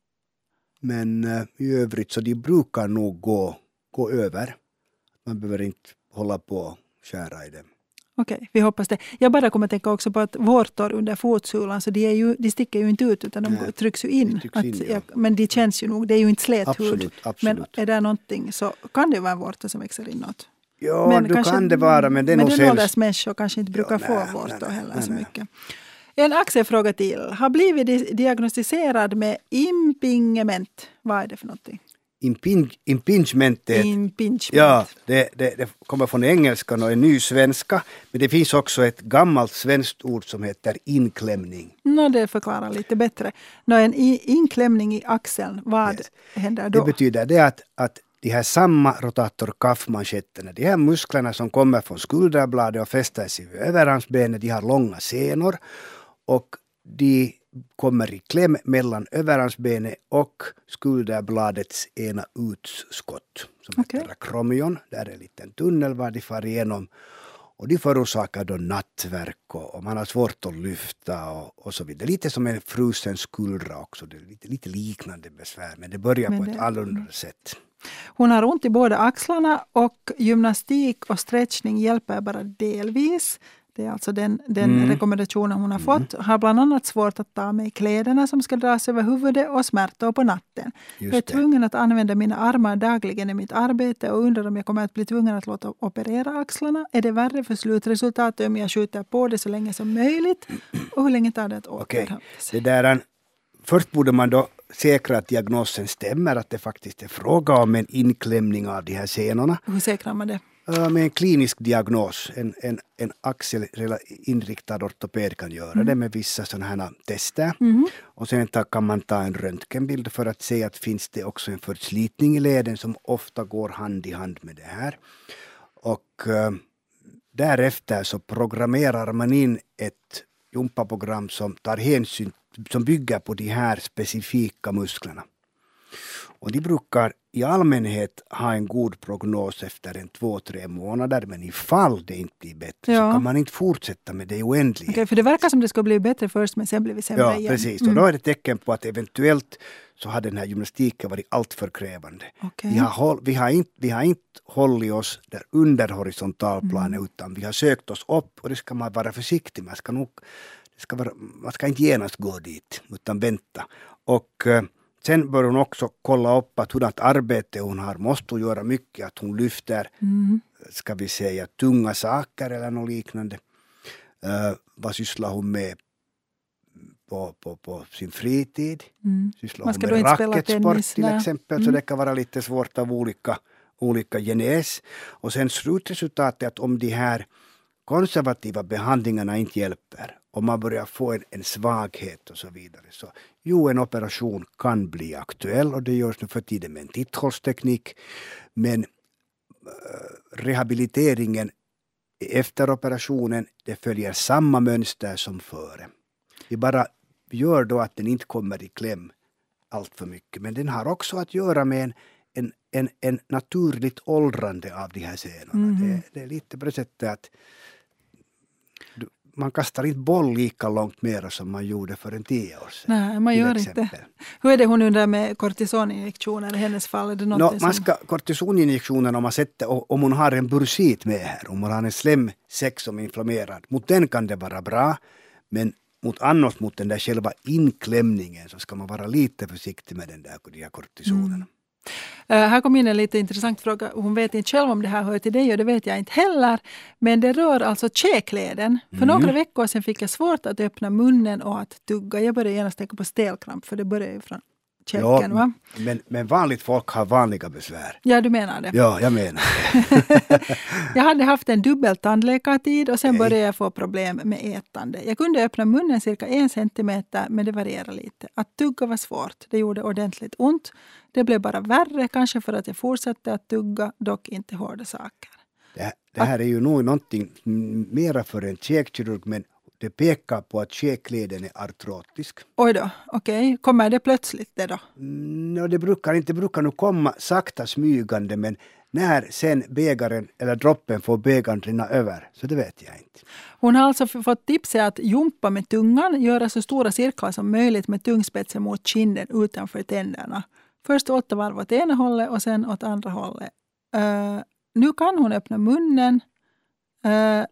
Men uh, i övrigt så de brukar nog gå, gå över. Man behöver inte hålla på och skära i dem. Okej, okay, vi hoppas det. Jag bara kommer att tänka också på att vårtor under fotsulan, så de, är ju, de sticker ju inte ut utan de Nej, trycks ju in. Trycks att, in ja. jag, men de känns ju nog, det är ju inte släthud. Absolut, absolut. Men är det någonting så kan det vara en vårtor som växer inåt. Ja, men du kanske, kan det vara, men det är men nog den ålders människor kanske inte brukar ja, få nej, vårtor nej, heller nej, så mycket. Nej. En axelfråga till. Har blivit diagnostiserad med impingement. Vad är det för någonting? Imping, impingement. Impingement. Ja, det, det, det kommer från engelskan och är ny svenska. Men det finns också ett gammalt svenskt ord som heter inklämning. Nå, det förklarar lite bättre. Nå, en inklämning i axeln, vad yes. händer då? Det betyder det att, att de här samma rotator cuff-manschetterna, de här musklerna som kommer från skulderbladet och fäster sig vid överarmsbenet, de har långa senor och de kommer i kläm mellan överarmsbenet och skulderbladets ena utskott som okay. heter akromion. Där är en liten tunnel var de far igenom och de förorsakar då nattverk och, och man har svårt att lyfta och, och så vidare. Lite som en frusen skuldra också. Det är lite, lite liknande besvär, men det börjar men på det, ett annorlunda sätt. Hon har ont i båda axlarna och gymnastik och stretchning hjälper bara delvis. Det är alltså den, den Mm. rekommendationen hon har fått. Har bland annat svårt att ta med kläderna som ska dras över huvudet och smärtor på natten. Just jag är det. tvungen att använda mina armar dagligen i mitt arbete och undrar om jag kommer att bli tvungen att låta operera axlarna. Är det värre för slutresultatet om jag skjuter på det så länge som möjligt? Och hur länge tar det att Okej, återhämta sig? det där, först borde man då säkra att diagnosen stämmer, att det faktiskt är fråga om en inklämning av de här senorna. Hur säkrar man det? Äh, Med en klinisk diagnos, en, en, en axelinriktad ortoped kan göra Mm. det med vissa sådana här tester. Mhm. Och sen ta, kan man ta en röntgenbild för att se att finns det också en förslitning i leden som ofta går hand i hand med det här. Och äh, därefter så programmerar man in ett gympaprogram som tar hänsyn, som bygger på de här specifika musklerna. Och de brukar i allmänhet ha en god prognos efter en två, tre månader, men ifall det inte blir bättre Ja. så kan man inte fortsätta med det i oändlighet. Okej, för det verkar som det ska bli bättre först, men sen blir vi sämre Ja, igen. precis. Mm. Och då är det tecken på att eventuellt så har den här gymnastiken varit alltför krävande. Okej. Vi, har håll, vi, har inte, vi har inte hållit oss där under horisontalplanen Mm. utan vi har sökt oss upp, och det ska man vara försiktig. Man ska, nog, det ska vara, man ska inte genast gå dit utan vänta. Och eh, sen bör hon också kolla upp att hurdant arbete hon har. Måste hon göra mycket, att hon lyfter Mm. ska vi säga tunga saker eller något liknande. Uh, vad sysslar hon med på, på, på sin fritid? Mm. Sysslar Man hon ska då med inte spela racketsport tennis, till nej. exempel, Mm. så det kan vara lite svårt av olika, olika genes. Och sen slutresultatet är att om de här konservativa behandlingarna inte hjälper, om man börjar få en, en svaghet och så vidare, så jo, en operation kan bli aktuell, och det görs nu för tiden med en titthållsteknik, men rehabiliteringen efter operationen, det följer samma mönster som före. Vi bara gör då att den inte kommer i kläm allt för mycket. Men den har också att göra med en, en, en, en naturligt åldrande av de här senorna. Mhm. Det, det är lite på det sättet att du, man kastar inte boll lika långt mer som man gjorde för en tio år sedan. Nej, man till gör exempel. inte. Hur är det hon undrar med kortisoninjektioner i hennes fall? Är det No, någonting man som... ska, kortisoninjektionen, om man sätter, om hon har en bursit med här, om hon har en slemsäck som är inflammerad, mot den kan det vara bra, men mot annars, mot den där själva inklämningen, så ska man vara lite försiktig med den där, de här kortisonerna. Mm. Uh, här kom in en lite intressant fråga. Hon vet inte själv om det här hör till dig, och det vet jag inte heller. Men det rör alltså käkleden. För Mm. några veckor sedan fick jag svårt att öppna munnen och att tugga. Jag började genast tänka på stelkramp, för det börjar ju från käken, va? men, men vanligt folk har vanliga besvär. Ja, du menar det. Ja, jag menar det. Jag hade haft en dubbel tandläkartid och sen Okej. började jag få problem med ätande. Jag kunde öppna munnen cirka en centimeter, men det varierade lite. Att tugga var svårt. Det gjorde ordentligt ont. Det blev bara värre, kanske för att jag fortsatte att tugga, dock inte hårda saker. Det, det här är ju nog någonting mera för en käkkirurg, men det pekar på att käkleden är artrotisk. Oj då, okej. Okay. Kommer det plötsligt det då? No, det brukar inte brukar nog komma sakta smygande, men när sen bägaren eller droppen får bägaren rinna över, så det vet jag inte. Hon har alltså fått tipset att jumpa med tungan, göra så stora cirklar som möjligt med tungspetsen mot kinden utanför tänderna. Först åtta varv åt ena hållet och sen åt andra hållet. Uh, nu kan hon öppna munnen, uh,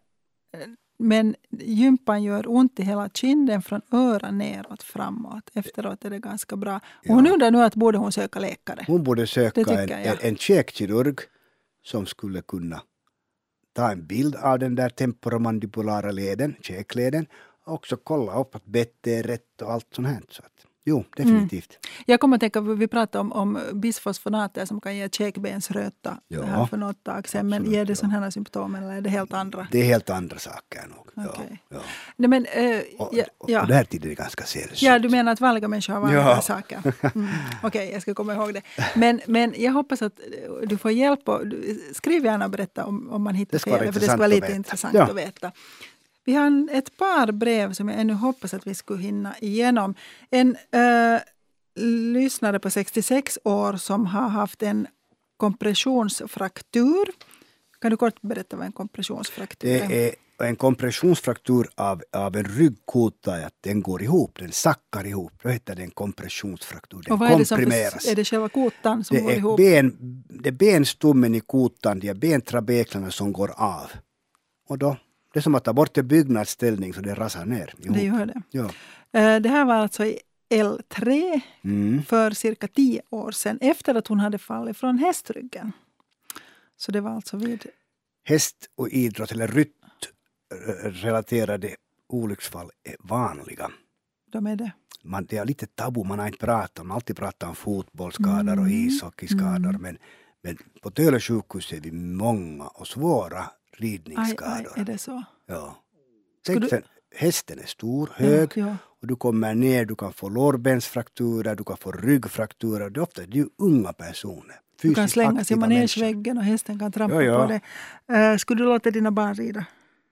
men gympan gör ont i hela kinden från öra neråt framåt. Efteråt är det ganska bra. Och hon Ja. undrar nu att borde hon söka läkare. Hon borde söka Det en, tycker jag. en, en käkkirurg som skulle kunna ta en bild av den där temporomandibulara leden, käkleden, och också kolla upp att bettet är rätt och allt sånt här. Så att, jo, definitivt. Jag kommer att tänka, vi pratade om, om bisfosfonater som kan ge käkbensröta Ja, här för något tag sedan. Men absolut, ger det ja. sådana här symptom eller är det helt andra? Det är helt andra saker nog. Okej. Ja, ja. Nej, men, eh, Och, ja, och, ja. och det här tiden är ganska sällsynt. Ja, du menar att vanliga människor har vanliga Ja. saker. Mm. Okej, okay, jag ska komma ihåg det. Men, men jag hoppas att du får hjälp. Och, skriv gärna och berätta om, om man hittar Det ska vara fel. För det ska vara intressant lite att veta. intressant Ja. att veta. Vi har en, ett par brev som jag ännu hoppas att vi skulle hinna igenom. En äh, lyssnare på sextiosex år som har haft en kompressionsfraktur. Kan du kort berätta vad en kompressionsfraktur är? Det är en kompressionsfraktur av, av en ryggkota, att den går ihop, den sackar ihop. Då heter det en kompressionsfraktur. Den Och vad är det som komprimeras. för, är det själva kotan som det går är ihop? Ben, det är benstommen i kotan, de är bentrabeklarna som går av. Och då, Det är som att ta bort en byggnadsställning så det rasar ner. Jo. Det gör det. Ja. Det här var alltså i L tre mm. för cirka tio år sedan. Efter att hon hade fallit från hästryggen. Så det var alltså vid... Häst och idrott eller ryttrelaterade olycksfall är vanliga. De är det. Man, det är lite tabu, man har inte pratat om. Man har alltid pratat om fotbollsskador mm. och ishockeyskador. Mm. Men, men på Töle sjukhus är vi många och svåra ridningsskador. Aj, aj, är det så? Ja. Tänk, du... Hästen är stor, hög ja, ja. och du kommer ner, du kan få lårbensfrakturer, du kan få ryggfrakturer. Det är ofta det är ju unga personer. Du kan slänga sig i manegeväggen och hästen kan trampa ja, ja. på det. Uh, skulle du låta dina barn rida?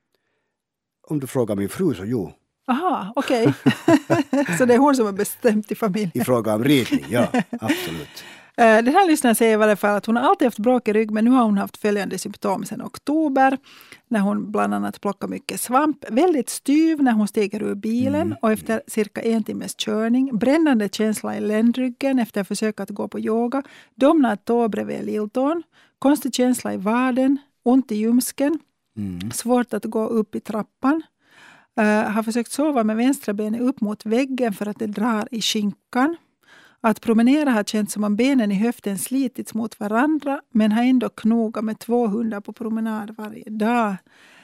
Om du frågar min fru så jo. Aha, okej. Okay. Så det är hon som har bestämt i familjen. I fråga om ridning, ja, absolut. Den här lyssnaren säger i varje fall att hon har alltid haft bråk i rygg, men nu har hon haft följande symptom sedan oktober. När hon bland annat plockar mycket svamp. Väldigt styv när hon stiger ur bilen mm. och efter cirka en timmes körning. Brännande känsla i ländryggen efter försök att gå på yoga. Domnad tå bredvid lilltån. Konstig känsla i vaden. Ont i ljumsken. Mm. Svårt att gå upp i trappan. Uh, har försökt sova med vänstra benet upp mot väggen för att det drar i skinkan. Att promenera har känts som om benen i höften slitits mot varandra, men har ändå knogat med två hundar på promenad varje dag.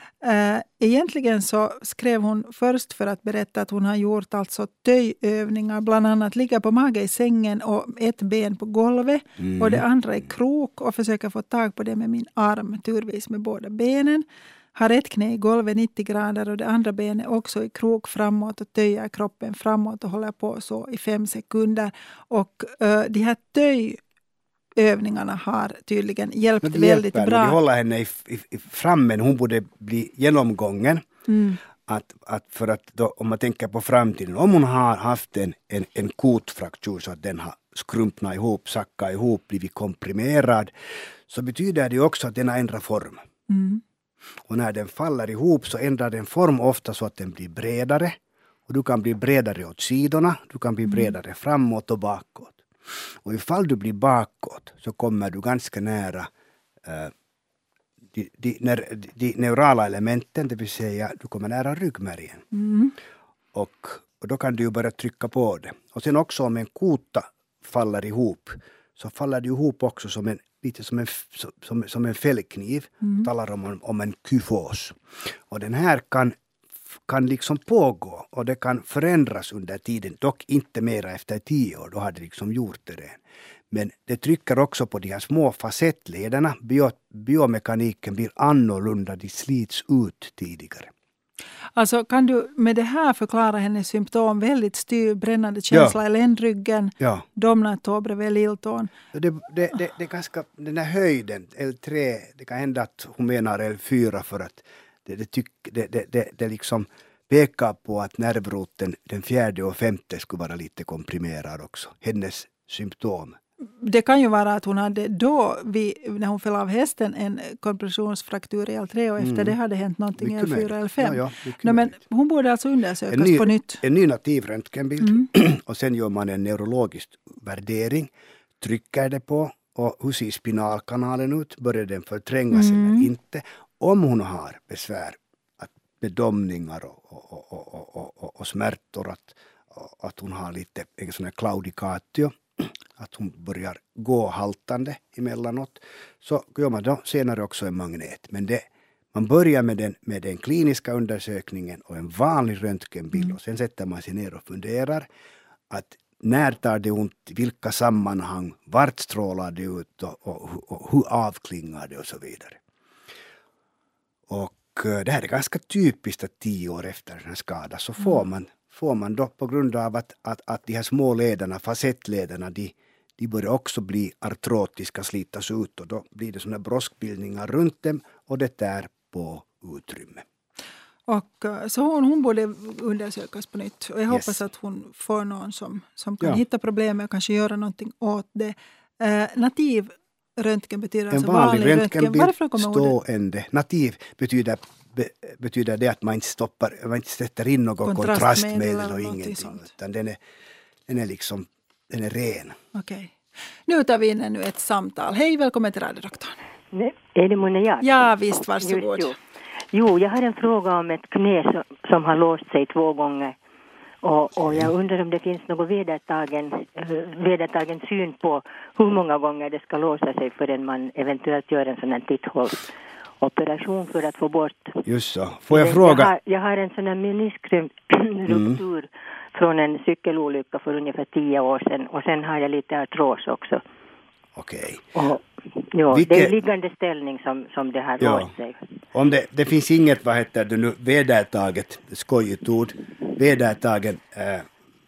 Uh, egentligen så skrev hon först för att berätta att hon har gjort alltså töjövningar, bland annat ligga på mage i sängen och ett ben på golvet mm. och det andra i krok och försöka få tag på det med min arm, turvis med båda benen. Har ett knä i golvet nittio grader och det andra benet också i krok framåt och töjer kroppen framåt och håller på så i fem sekunder. Och uh, de här töjövningarna har tydligen hjälpt väldigt hjälper, bra. De håller henne i, i, i frammen, hon borde bli genomgången. Mm. Att, att för att då, om man tänker på framtiden, om hon har haft en, en, en kotfraktur så att den har skrumpnat ihop, sackat ihop, blivit komprimerad, så betyder det också att den har ändrat form. Mm. Och när den faller ihop så ändrar den form ofta så att den blir bredare. Och du kan bli bredare åt sidorna, du kan bli bredare framåt och bakåt. Och ifall du blir bakåt så kommer du ganska nära uh, de, de, de, de neurala elementen, det vill säga du kommer nära ryggmärgen. Mm. Och, och då kan du börja trycka på det. Och sen också om en kota faller ihop så faller det ihop också som en lite som en, som, som en fällkniv. Mm. Talar om, om en kyfos. Och den här kan, kan liksom pågå och det kan förändras under tiden. Dock inte mera efter tio år, då har det liksom gjort det redan. Men det trycker också på de här små facettlederna. Bio, biomekaniken blir annorlunda, de slits ut tidigare. Alltså kan du med det här förklara hennes symptom, väldigt styr, brännande känsla ja. i ländryggen, ja. domnad tå bredvid lilltån. Det, det, det, det är ganska, den här höjden, L tre, det kan hända att hon menar L fyra för att det, det, tyck, det, det, det, det liksom pekar på att nervroten den fjärde och femte skulle vara lite komprimerad också, hennes symptom. Det kan ju vara att hon hade då, vid, när hon föll av hästen, en kompressionsfraktur i L tre och efter mm. det hade hänt någonting i L fyra eller fem. Ja, ja, no, men hon borde alltså undersökas ny, på nytt. En ny nativ röntgenbild mm. och sen gör man en neurologisk värdering, trycker det på och hur ser spinalkanalen ut, börjar den förträngas mm. eller inte. Om hon har besvär, att bedomningar och, och, och, och, och, och smärtor, att, och, att hon har lite en sån här claudicatio, att hon börjar gå haltande emellanåt, så gör man då senare också en magnet. Men det, man börjar med den, med den kliniska undersökningen och en vanlig röntgenbild mm. och sen sätter man sig ner och funderar att när tar det ont, vilka sammanhang, vart strålar det ut och, och, och, och hur avklingar det och så vidare. Och det här är ganska typiskt att tio år efter den här skadan så får man får man då på grund av att, att, att de här små lederna, facettlederna, de, de börjar också bli artrotiska, slitas ut och då blir det sådana broskbildningar runt dem och det är på utrymme. Och så hon, hon borde undersökas på nytt och jag yes. hoppas att hon får någon som, som kan ja. hitta problemet och kanske göra någonting åt det. Eh, nativ röntgen betyder en alltså vanlig, vanlig röntgenbild. Varifrån kommer stående. Nativ betyder Be, betyder det att man inte stoppar, man inte sätter in något kontrastmedel och ingenting. Utan den är, den är liksom, den är ren. Okej. Okay. Nu tar vi in ännu ett samtal. Hej, välkommen till radiodoktorn. Nej, är det månne jag? Ja, visst, varsågod. Just, Jo, jag har en fråga om ett knä som, som har låst sig två gånger. Och, och jag undrar om det finns någon vedertagen, vedertagen syn på hur många gånger det ska låsa sig förrän man eventuellt gör en sån här titthålsoperation för att få bort. Just så. Får jag fråga? Jag har, jag har en sån här meniskruptur mm. från en cykelolycka för ungefär tio år sedan. Och sen har jag lite artros också. Okej. Och, ja, Vilke... det är liggande ställning som, som det har ja. låst sig. Om det, det finns inget, vad heter det nu, vedertaget, skojigt ord, vedertagen äh,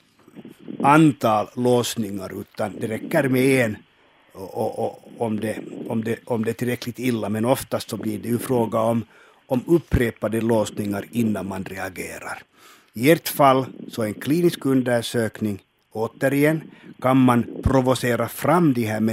antal låsningar, utan det räcker med en och, och, och, om, det, om, det, om det är tillräckligt illa, men oftast så blir det ju fråga om, om upprepade låsningar innan man reagerar. I ert fall så en klinisk undersökning, återigen kan man provocera fram de här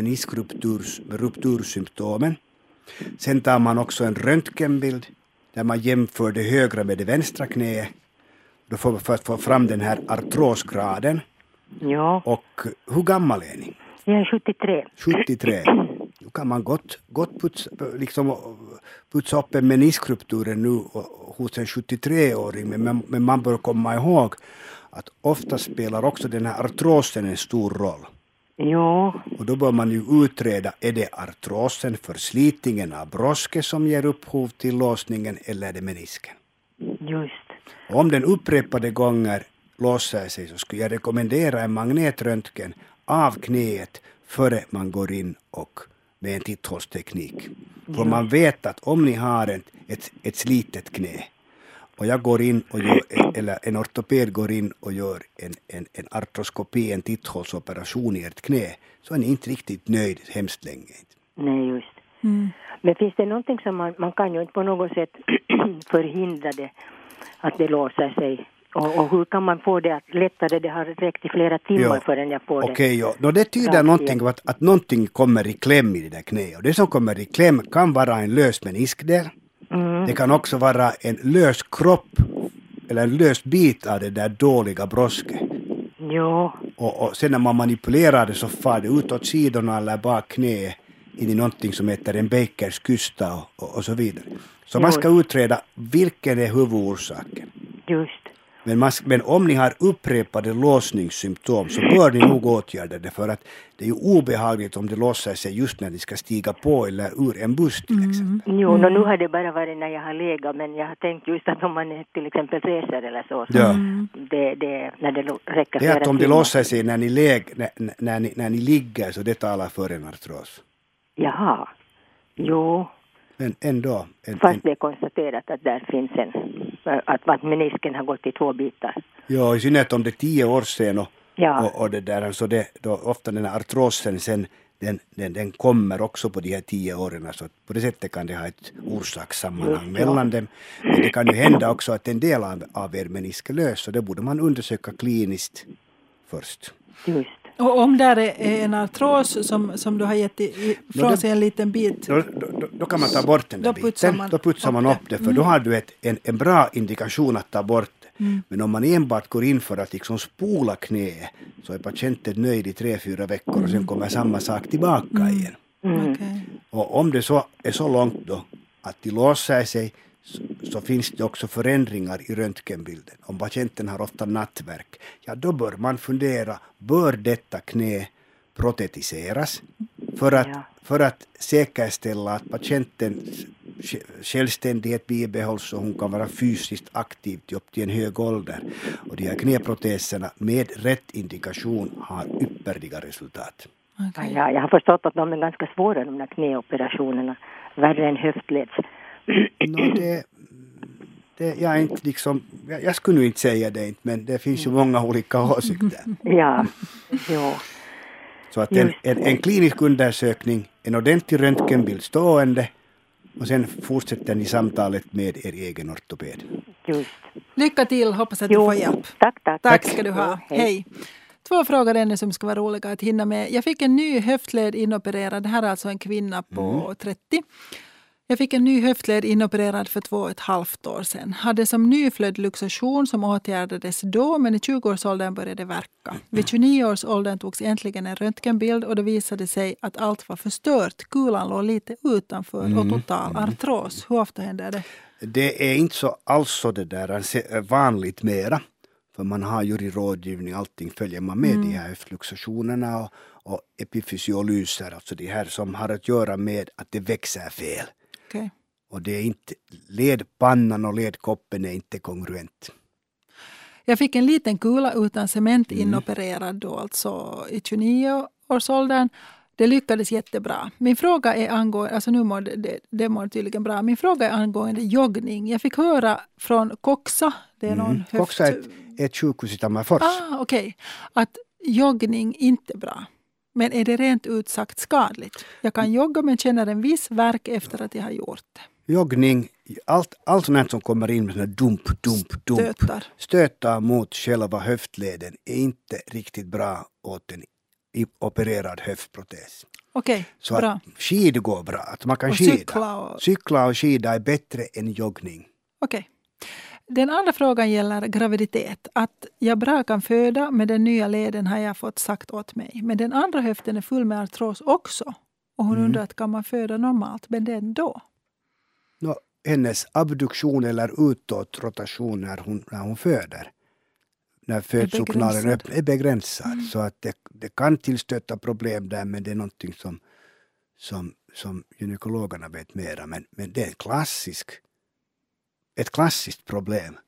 meniskruptursymptomen. Sen tar man också en röntgenbild där man jämför det högra med det vänstra knäet. Då får man först få fram den här artrosgraden. Ja. Och hur gammal är ni? Jag är sjuttiotre. sjuttiotre. Då kan man gott, gott putsa, liksom, putsa upp en meniskruptur nu hos en sjuttiotre-åring. Men, men man bör komma ihåg att ofta spelar också den här artrosen en stor roll. Ja. Och då bör man ju utreda, är det artrosen, förslitningen av brosket som ger upphov till låsningen, eller är det menisken? Just. Och om den upprepade gånger låser sig så skulle jag rekommendera en magnetröntgen av knäet före man går in och med en titthålsteknik. För man vet att om ni har ett, ett, ett slitet knä och jag går in och gör, eller en ortoped går in och gör en, en, en artroskopi, en titthålsoperation i ert knä, så är ni inte riktigt nöjd hemskt länge. Nej, just. Mm. Men finns det någonting som man, man kan ju inte på något sätt förhindra det, att det låser sig? Och, och hur kan man få det att lättare? Det har räckt i flera timmar jo. förrän jag får det. Okej, okay, no, det tyder någonting på att, att någonting kommer i kläm i det där knät. Och det som kommer i kläm kan vara en lös meniskdel. Mm. Det kan också vara en lös kropp eller en lös bit av det där dåliga brosket. Jo. Och, och sen när man manipulerar det så far det ut åt sidorna eller bak knä in i någonting som heter en Bakers kysta och, och, och så vidare. Så jo. Man ska utreda vilken är huvudorsaken. Just. Men, man, men om ni har upprepade låsningssymptom så bör ni nog åtgärda det, för att det är ju obehagligt om det låser sig just när ni ska stiga på eller ur en buss till exempel. Mm. Jo, mm. nu har det bara varit när jag har legat, men jag har tänkt just att om man är till exempel reser eller så, så ja. det, det, när det räcker det är att om timmar. Det låser sig när ni, läg, när, när, ni, när ni ligger, så det talar för en artros. Jaha, jo. Men ändå. En, Fast en, det är konstaterat att där finns en, att, att menisken har gått i två bitar. Ja, i synnerhet om det är tio år sedan och, ja. och, och det där, så det, då ofta den här artrosen sen, den, den, den kommer också på de här tio åren, så på det sättet kan det ha ett orsakssammanhang mellan dem. Men det kan ju hända också att en del av, av er menisk är lös, så det borde man undersöka kliniskt först. Just. Och om där är en artros som, som du har gett i, från no, sig en liten bit. Då, då, då kan man ta bort den där då putsar biten. Man då putsar man upp det, för mm. då har du ett, en, en bra indikation att ta bort det. Mm. Men om man enbart går in för att liksom spola knä, så är patienten nöjd i tre, fyra veckor mm. och sen kommer samma sak tillbaka mm. igen. Mm. Okay. Och om det så är så långt då att de låser sig, så, så finns det också förändringar i röntgenbilden. Om patienten har ofta nattverk, ja då bör man fundera, bör detta knä protetiseras för att, ja. för att säkerställa att patientens självständighet bibehålls och hon kan vara fysiskt aktiv upp till en hög ålder. Och de här knäproteserna med rätt indikation har ypperliga resultat. Okay. Ja, jag har förstått att de är ganska svåra, de här knäoperationerna, värre än höftleds. No, det, det, jag, är inte liksom, jag, jag skulle nu inte säga det, inte, men det finns ju många olika åsikter. Ja, jo. Så att en, en, en klinisk undersökning, en ordentlig röntgenbild stående, och sen fortsätter ni samtalet med er egen ortoped. Just. Lycka till, hoppas att jo. du får hjälp. Tack, tack. Tack ska du ha. Hej. Hej. Två frågor ännu som ska vara roliga att hinna med. Jag fick en ny höftled inopererad. Det här är alltså en kvinna på mm. trettio. Jag fick en ny höftled inopererad för två och ett halvt år sedan. Hade som nyflödd luxation som åtgärdades då, men i tjugoårsåldern började det verka. Vid tjugonio-årsåldern togs äntligen en röntgenbild och det visade sig att allt var förstört. Kulan låg lite utanför mm. och total artros. Hur ofta händer det? Det är inte så alls så det där vanligt mera. För man har ju i rådgivning, allting följer man med mm. de här höftluxationerna och, och epifysiolyser, alltså de här som har att göra med att det växer fel. Okay. Och det är inte, ledpannan och ledkoppen är inte kongruent. Jag fick en liten kula utan cement mm. inopererad då, alltså i tjugonio-årsåldern. Det lyckades jättebra. Min fråga är angående, alltså nu mår det, det mår tydligen bra. Min fråga är angående joggning. Jag fick höra från Koksa, det är någon mm. höft... Koksa är ett sjukhus i Tammerfors. Ah, okej. Okay. Att joggning inte är bra. Men är det rent ut sagt skadligt? Jag kan jogga men känner en viss värk efter att jag har gjort det. Joggning, allt, allt sånt som kommer in med såna dump, dump, dump. Stötar. Stötar mot själva höftleden är inte riktigt bra åt en opererad höftprotes. Okej, så bra. Att skid går bra. Att man kan och skida. Cykla och... cykla och skida är bättre än joggning. Okej. Den andra frågan gäller graviditet. Att jag bra kan föda med den nya leden har jag fått sagt åt mig. Men den andra höften är full med artros också. Och hon mm. undrar att kan man föda normalt, men den då? No, hennes abduktion eller utåt rotation när hon, när hon föder. När födselkanalen är, är begränsad. Mm. Så att det, det kan tillstöta problem där, men det är någonting som, som, som gynekologerna vet mera. Men, men det är en klassisk ett klassiskt problem.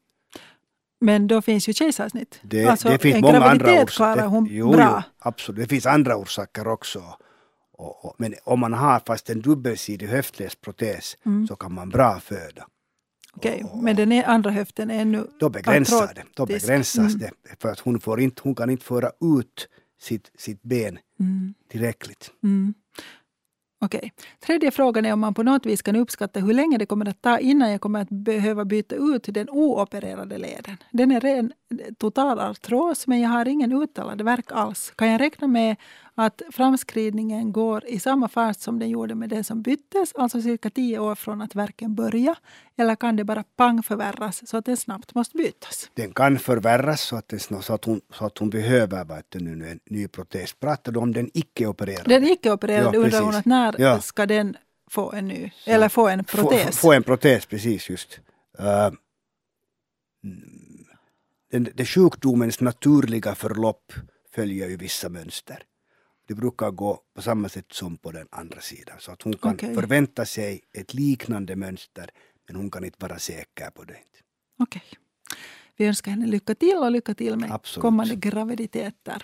Men då finns ju kejsarsnitt. Det, alltså, det finns många andra orsaker. Hon jo, bra. Jo, absolut. Det finns andra orsaker också. Och, och, men om man har fast en dubbelsidig höftledsprotes mm. så kan man bra föda. Okej, okay. Men den andra höften är nu då begränsar det. Då begränsas mm. det. För att hon, får inte, hon kan inte föra ut sitt, sitt ben mm. tillräckligt. Mm. Okej. Okay. Tredje frågan är om man på något vis kan uppskatta hur länge det kommer att ta innan jag kommer att behöva byta ut den oopererade leden. Den är ren total artros, men jag har ingen uttalad värk alls. Kan jag räkna med att framskridningen går i samma fart som den gjorde med den som byttes, alltså cirka tio år från att värken börjar, eller kan det bara pang förvärras så att den snabbt måste bytas? Den kan förvärras så att, det, så att, hon, så att hon behöver vad det nu, en ny protes. Pratar du om den icke-opererade? Den icke-opererade, ja, undrar hon att när ja. ska den få en ny, så, eller få en protes? Få, få en protes, precis just. Uh, den, det sjukdomens naturliga förlopp följer ju vissa mönster. Det brukar gå på samma sätt som på den andra sidan. Så att hon kan okay. förvänta sig ett liknande mönster, men hon kan inte vara säker på det. Okej. Okay. Vi önskar henne lycka till och lycka till med Absolut. kommande graviditeter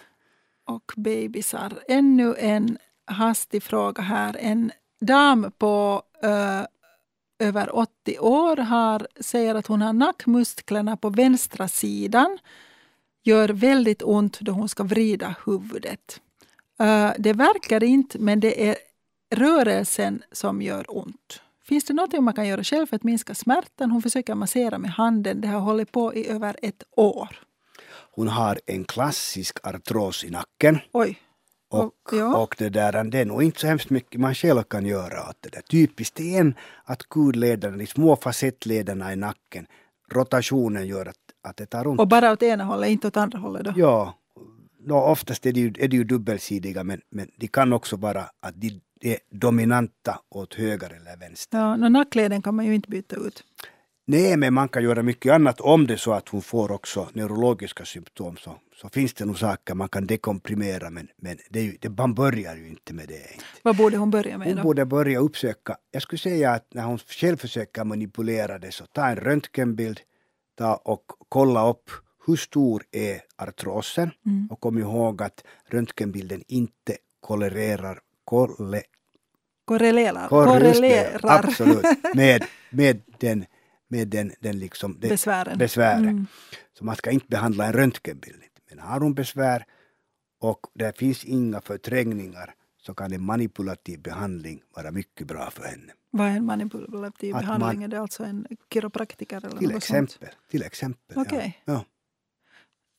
och bebisar. Ännu en hastig fråga här. En dam på ö, över åttio år har, säger att hon har nackmusklerna på vänstra sidan. Gör väldigt ont då hon ska vrida huvudet. Uh, det verkar inte, men det är rörelsen som gör ont. Finns det något man kan göra själv för att minska smärtan? Hon försöker massera med handen. Det har hållit på i över ett år. Hon har en klassisk artros i nacken. Oj. Och, ja. och det där, det är nog inte så hemskt mycket man själv kan göra åt det där. Typiskt är en att kudlederna, de små facettlederna i nacken, rotationen gör att, att det tar ont. Och bara åt ena hållet, inte åt andra hållet då? Ja. No, oftast är det, ju, är det ju dubbelsidiga, men, men de kan också vara att de är dominanta åt höger eller vänster. Ja, no, nackleden kan man ju inte byta ut. Nej, men man kan göra mycket annat om det så att hon får också neurologiska symptom. Så, så finns det nog saker man kan dekomprimera, men, men det är ju, det, man börjar ju inte med det. Inte. Vad borde hon börja med hon då? Hon borde börja uppsöka, jag skulle säga att när hon själv försöker manipulera det så ta en röntgenbild ta och kolla upp hur stor är artrosen mm. och kom ihåg att röntgenbilden inte korrelerar, korre, korrelerar, korrelerar absolut, med, med den, med den, den liksom, den besvären. besvären. Mm. Så man ska inte behandla en röntgenbild. Men har hon besvär och det finns inga förträngningar så kan en manipulativ behandling vara mycket bra för henne. Vad är en manipulativ att behandling? Man, är det alltså en kiropraktiker eller till något exempel, sånt? Till exempel, Okej. Okay. Ja.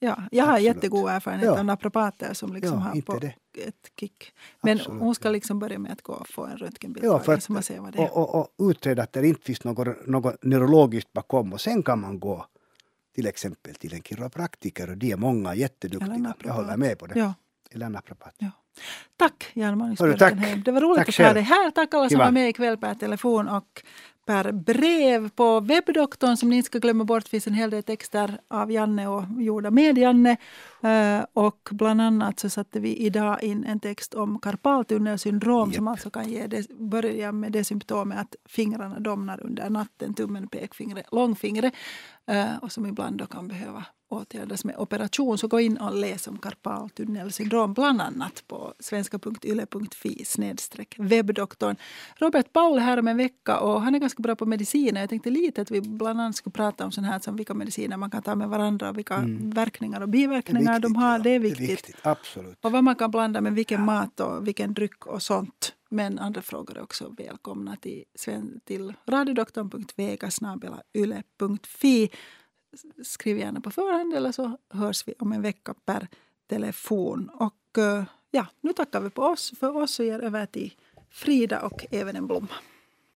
Ja, jag har Absolut. jättegod erfarenhet Ja. av naprapater som liksom Ja, har inte på det. ett kick. Men Absolut, hon ska ja. liksom börja med att gå och få en röntgenbild Ja, för att, så man ser vad det är. och, och, och utreda att det inte finns något, något neurologiskt bakom. Och sen kan man gå till exempel till en kiropraktiker. Och de är många Eller jätteduktiga. naprapat. Jag håller med på det. Ja. Eller naprapat. Ja. Tack Jan-Magnus Hörru, tack. Bergenheim. Det var roligt Tack att ha själv. dig här. Tack alla som Kiva. var med ikväll per telefon och per brev. På webbdoktorn som ni inte ska glömma bort finns en hel del texter av Janne och gjorda med Janne. Uh, och bland annat så satte vi idag in en text om karpaltunnelsyndrom Yep. som alltså kan ge det, börja med det symptomet att fingrarna domnar under natten, tummen, pekfingret, långfingret uh, och som ibland då kan behöva åtgärdas med operation. Så gå in och läs om karpaltunnelsyndrom bland annat på svenska punkt yle punkt fi snedstreck webbdoktorn. Robert Paul här om en vecka och han är ganska bra på mediciner. Jag tänkte lite att vi bland annat skulle prata om sån här som vilka mediciner man kan ta med varandra och vilka mm. verkningar och biverkningar de har. Det är viktigt. Det är viktigt, absolut. Och vad man kan blanda med vilken mat och vilken dryck och sånt. Men andra frågor är också välkomna till, till radiodoktorn punkt vega snabel-a yle punkt fi. Skriv gärna på förhand eller så hörs vi om en vecka per telefon. Och ja, nu tackar vi på oss för oss och ger över till Frida och även en blomma.